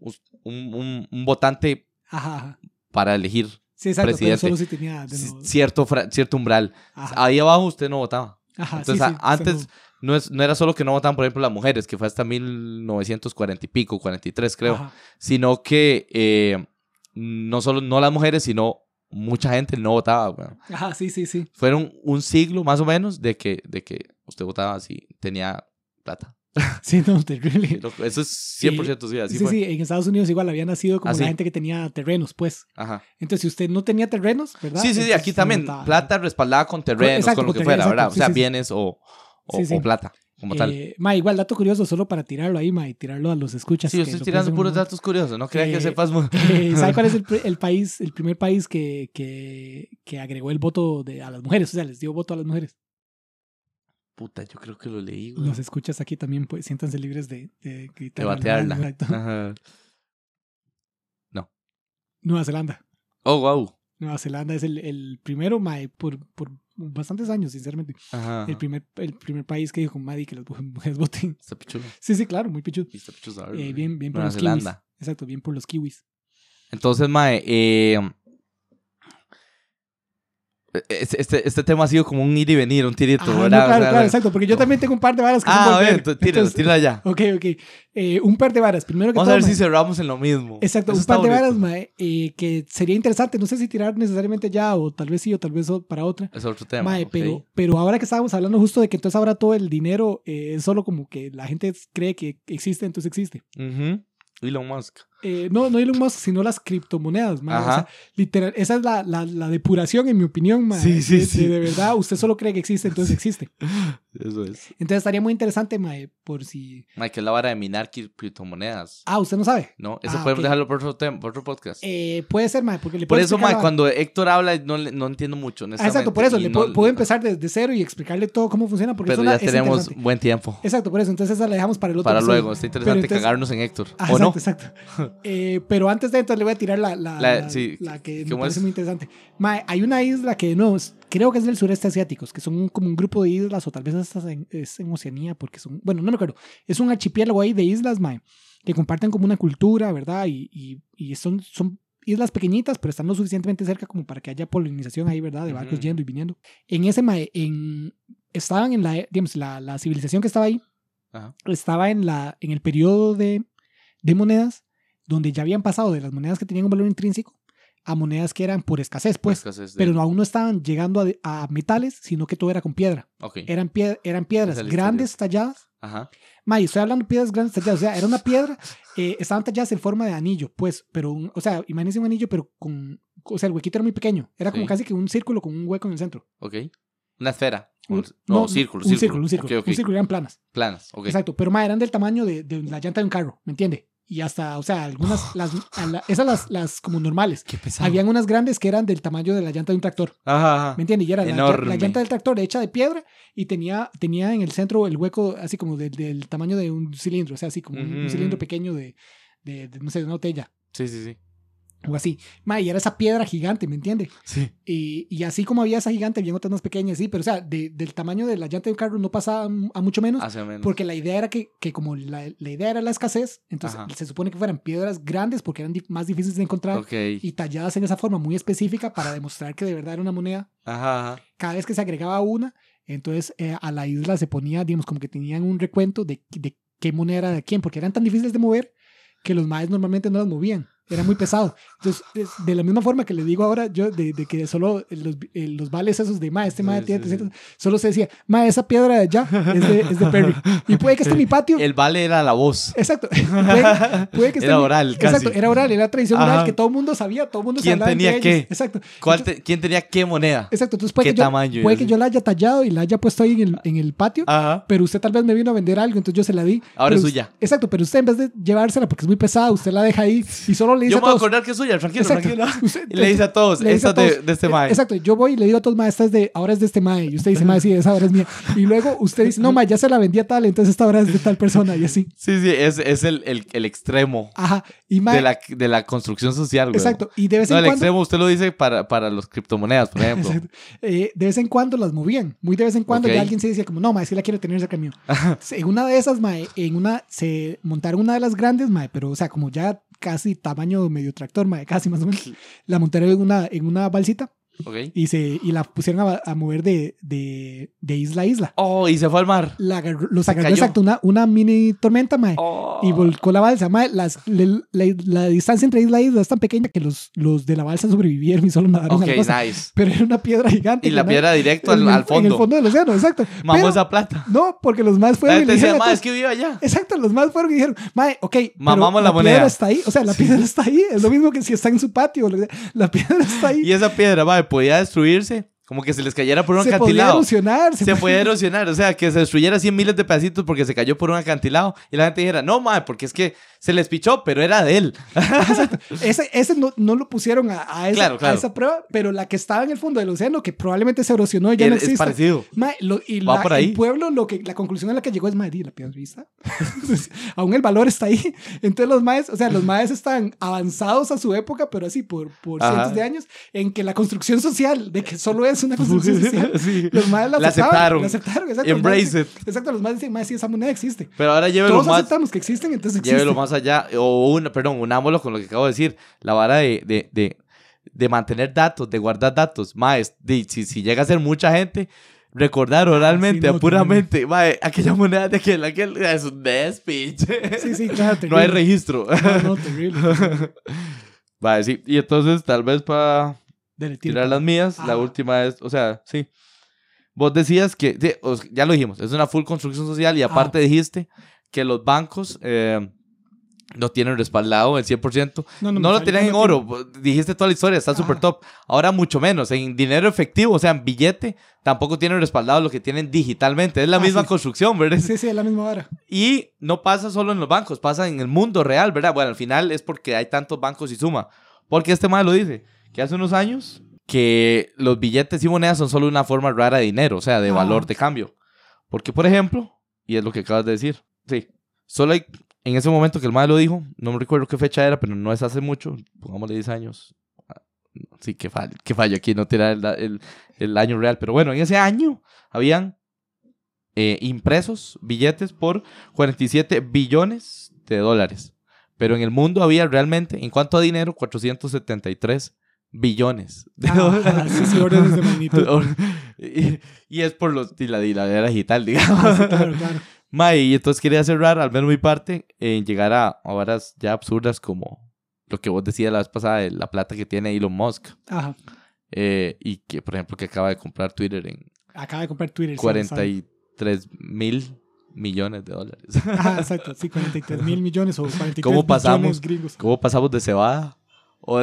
un votante para elegir presidente. Solo si tenía cierto umbral. Ahí abajo usted no votaba. Entonces, antes no era solo que no votaban, por ejemplo, las mujeres, que fue hasta 1940 y pico, 43 creo, sino que no las mujeres, sino mucha gente no votaba. Bueno. Sí. Fueron un siglo más o menos de que usted votaba si tenía plata. Sí, no, terrible. Eso es 100% sí, así fue. Sí, en Estados Unidos igual había nacido como la gente que tenía terrenos, pues. Entonces, si usted no tenía terrenos, ¿verdad? Sí, aquí también plata respaldada con terrenos, con lo que fuera, ¿verdad? O sea, bienes o plata, como tal. Igual, dato curioso, solo para tirarlo ahí, y tirarlo a los escuchas. Sí, yo estoy tirando puros datos curiosos, no crea que sepas mucho. ¿Sabe cuál es el primer país que agregó el voto a las mujeres? O sea, les dio voto a las mujeres. Puta, yo creo que lo leí, güey. Los escuchas aquí también, pues siéntanse libres de gritar. De batearla. No. Nueva Zelanda. Oh, wow. Nueva Zelanda es el primero, mae, por bastantes años, sinceramente. Ajá. El primer país que dijo con Maddy que las mujeres voten. Está pichudo. Sí, claro, muy pichudo. Está pichudo. Bien por Nueva los Zelanda. kiwis. Exacto, bien por los kiwis. Entonces, mae, este tema ha sido como un ir y venir, un tirito, ¿verdad? No, claro, o sea, claro, exacto, porque yo también tengo un par de varas que son volver. Tíralo allá. Ok. Un par de varas. Primero que Vamos todo, a ver si cerramos en lo mismo. Exacto, Eso un par de bonito. varas, mae, que sería interesante. No sé si tirar necesariamente ya, o tal vez sí, o tal vez para otra. Es otro tema. Mae, okay. pero ahora que estábamos hablando justo de que entonces ahora todo el dinero es solo como que la gente cree que existe, entonces existe. Elon Musk. No Elon Musk, sino las criptomonedas, mae. O sea, literal, esa es la depuración, en mi opinión, mae. Sí. De verdad, usted solo cree que existe, entonces existe. Eso es. Entonces estaría muy interesante, mae, por si... Mae, que es la vara de minar criptomonedas. ¿Usted no sabe? No, eso podemos dejarlo por otro podcast. Puede ser, mae, porque le por puedo eso, mae, cuando Héctor habla, no entiendo mucho, honestamente. Exacto, por eso, puedo empezar desde cero y explicarle todo cómo funciona, porque pero ya tenemos buen tiempo. Exacto, por eso, entonces esa la dejamos para el otro episodio. Luego, está interesante cagarnos en Héctor, ¿o exacto, no? Exacto. Pero antes de entonces le voy a tirar la que me parece muy interesante. Mae, hay una isla que no, creo que es del sureste asiático, que son como un grupo de islas, o tal vez es en Oceanía, porque son, bueno, no me acuerdo, es un archipiélago ahí de islas, mae, que comparten como una cultura, ¿verdad? Y son islas pequeñitas, pero están lo suficientemente cerca como para que haya polinización ahí, ¿verdad? De barcos yendo y viniendo. En ese, mae, estaban en la civilización que estaba ahí, estaba en el periodo de monedas, donde ya habían pasado de las monedas que tenían un valor intrínseco a monedas que eran por escasez, pues, pero aún no estaban llegando a metales, sino que todo era con piedra. Okay. Eran piedras grandes talladas. Ajá. May, estoy hablando de piedras grandes talladas, o sea, era una piedra, estaban talladas en forma de anillo, pues, pero, o sea, imagínense un anillo, pero o sea, el huequito era muy pequeño, era como casi que un círculo con un hueco en el centro. Ok. Una esfera. Círculo. Un círculo, eran planas. Planas, ok. Exacto, pero eran del tamaño de la llanta de un carro, ¿me entiende? Y hasta, o sea, algunas, esas las como normales. Qué pesado. Habían unas grandes que eran del tamaño de la llanta de un tractor. Ajá. ¿Me entiendes? Y era la llanta del tractor hecha de piedra y tenía en el centro el hueco así como del tamaño de un cilindro, o sea, así como un cilindro pequeño de, no sé, de una botella. Sí. O así. Y era esa piedra gigante, ¿me entiendes? Sí. Y así como había esa gigante, había otras más pequeñas, sí, pero o sea, del tamaño de la llanta de un carro no pasaba a mucho menos. Porque la idea era que como la idea era la escasez, entonces se supone que fueran piedras grandes porque eran más difíciles de encontrar y talladas en esa forma muy específica para demostrar que de verdad era una moneda. Ajá. Cada vez que se agregaba una, entonces a la isla se ponía, digamos, como que tenían un recuento de qué moneda era de quién, porque eran tan difíciles de mover que los maes normalmente no las movían. Era muy pesado. Entonces, de la misma forma que le digo ahora yo, de que solo los vales esos de, este mae tiene 300, solo se decía, esa piedra de allá es de Perry. Y puede que esté en mi patio. El vale era la voz. Exacto. Puede que esté era oral, casi. Exacto, era oral, era tradición oral que todo el mundo sabía, todo el mundo ¿Quién tenía qué? Exacto. ¿Quién tenía qué moneda? Exacto. Entonces puede que yo la haya tallado y la haya puesto ahí en el patio, pero usted tal vez me vino a vender algo, entonces yo se la di. Ahora es suya. Exacto, pero usted en vez de llevársela porque es muy pesada, usted la deja ahí y solo le dice yo me voy a acordar que es suya, tranquilo. Y le dice a todos, esta es de este mae. Exacto, yo voy y le digo a todos, ahora es de este mae. Y usted dice, sí, esa ahora es mía. Y luego usted dice, no, ya se la vendía tal, entonces esta ahora es de tal persona y así. Sí, es el extremo y de la construcción social, güey. Exacto, y de vez en cuando... el extremo usted lo dice para los criptomonedas, por ejemplo. De vez en cuando las movían, muy de vez en cuando ya alguien se decía como, no, sí la quiero tener cerca mío. En una de esas, se montaron una de las grandes, pero o sea, como ya casi tamaño medio tractor, casi más o menos. La montaron en una balsita. Okay. Y la pusieron a mover de isla a isla. Oh, y se fue al mar. Los agarró exacto, una mini tormenta, y volcó la balsa. La distancia entre isla y isla es tan pequeña que los de la balsa sobrevivieron y solo nadaron a la cosa. Nice. Pero era una piedra gigante. Y la piedra directo al fondo. En el fondo del océano, exacto. Mamó esa plata. No, porque los más fueron y le dijeron... es que vive allá. Exacto, los más fueron y dijeron, mamamos la moneda. La piedra está ahí. O sea, la piedra está ahí. Es lo mismo que si está en su patio. La piedra está ahí. Y esa piedra, podía destruirse Como que se les cayera por un acantilado. Se podía erosionar. O sea, que se destruyera 100 miles de pedacitos porque se cayó por un acantilado. Y la gente dijera, no, mae, porque es que se les pichó, pero era de él. Ese no lo pusieron a esa prueba, pero la que estaba en el fondo del océano, que probablemente se erosionó y ya no existe. Es parecido. Mae, Va por ahí. El pueblo, la conclusión a la que llegó es, mae, la piedrita. Aún el valor está ahí. Entonces los maes están avanzados a su época, pero así por cientos de años, en que la construcción social, de que solo es una construcción social, sí. Los maes la aceptaron. Exacto. Embrace it. Exacto, los maes dicen, mae, sí, esa moneda existe. Pero ahora llévelo Todos aceptamos que existen, entonces existen. Llévelo más allá, unámoslo con lo que acabo de decir, la vara de mantener datos, de guardar datos. Mae, si llega a ser mucha gente, recordar oralmente, puramente, mae, aquella moneda de aquel es un despiche. Sí, claro, no hay registro. No, terrible. Mae, sí, y entonces tal vez para tirar las mías, la última es, o sea, sí. Vos decías que, ya lo dijimos, es una full construcción social y aparte dijiste que los bancos no tienen respaldado el 100%. No lo tienen en oro. Dijiste toda la historia, está súper top. Ahora mucho menos. En dinero efectivo, o sea, en billete, tampoco tienen respaldado lo que tienen digitalmente. Es la misma construcción, ¿verdad? Sí, es la misma vara. Y no pasa solo en los bancos, pasa en el mundo real, ¿verdad? Bueno, al final es porque hay tantos bancos y suma. Porque este man lo dice, que hace unos años que los billetes y monedas son solo una forma rara de dinero, o sea, de valor de cambio. Porque, por ejemplo, y es lo que acabas de decir, sí, solo hay... En ese momento que el madre lo dijo, no me recuerdo qué fecha era, pero no es hace mucho, pongámosle 10 años. Sí, que fallo aquí no tirar el año real. Pero bueno, en ese año habían impresos billetes por 47 billones de dólares. Pero en el mundo había realmente, en cuanto a dinero, 473 billones de dólares. Sí, órdenes de magnitud. Y es por la era digital, digamos. Sí, claro. Mae, y entonces quería cerrar, al menos mi parte, en llegar a horas ya absurdas como lo que vos decías la vez pasada de la plata que tiene Elon Musk. Ajá. Y que, por ejemplo, que acaba de comprar Twitter en... Acaba de comprar Twitter. 43 mil millones de dólares. Ajá, exacto. Sí, 43 mil millones o 43 millones gringos. ¿Cómo pasamos de cebada? O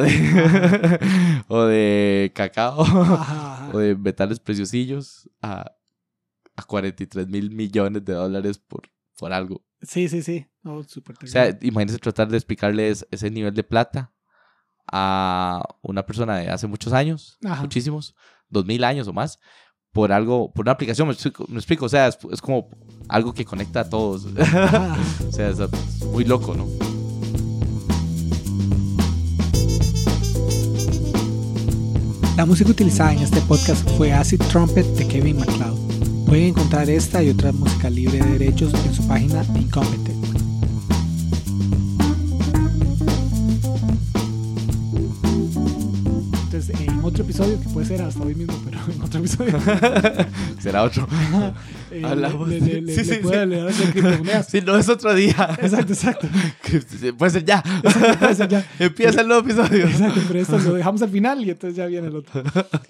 de cacao. Ajá. O de metales preciosillos a 43 mil millones de dólares por algo. Sí. Oh, súper terrible. O sea, imagínense tratar de explicarle ese nivel de plata a una persona de hace muchos años, muchísimos, 2000 años o más, por una aplicación, me explico, o sea, es como algo que conecta a todos. O sea, es muy loco, ¿no? La música utilizada en este podcast fue Acid Trumpet de Kevin MacLeod. Pueden encontrar esta y otra música libre de derechos en su página Incompetent. Entonces, en otro episodio, que puede ser hasta hoy mismo, pero en otro episodio. Será otro. Hablamos. Le puede leer de criptomonedas. Sí, no es otro día. Exacto. Puede ser ya. Exacto, puede ser ya. Empieza el nuevo episodio. Exacto, pero esto lo dejamos al final y entonces ya viene el otro.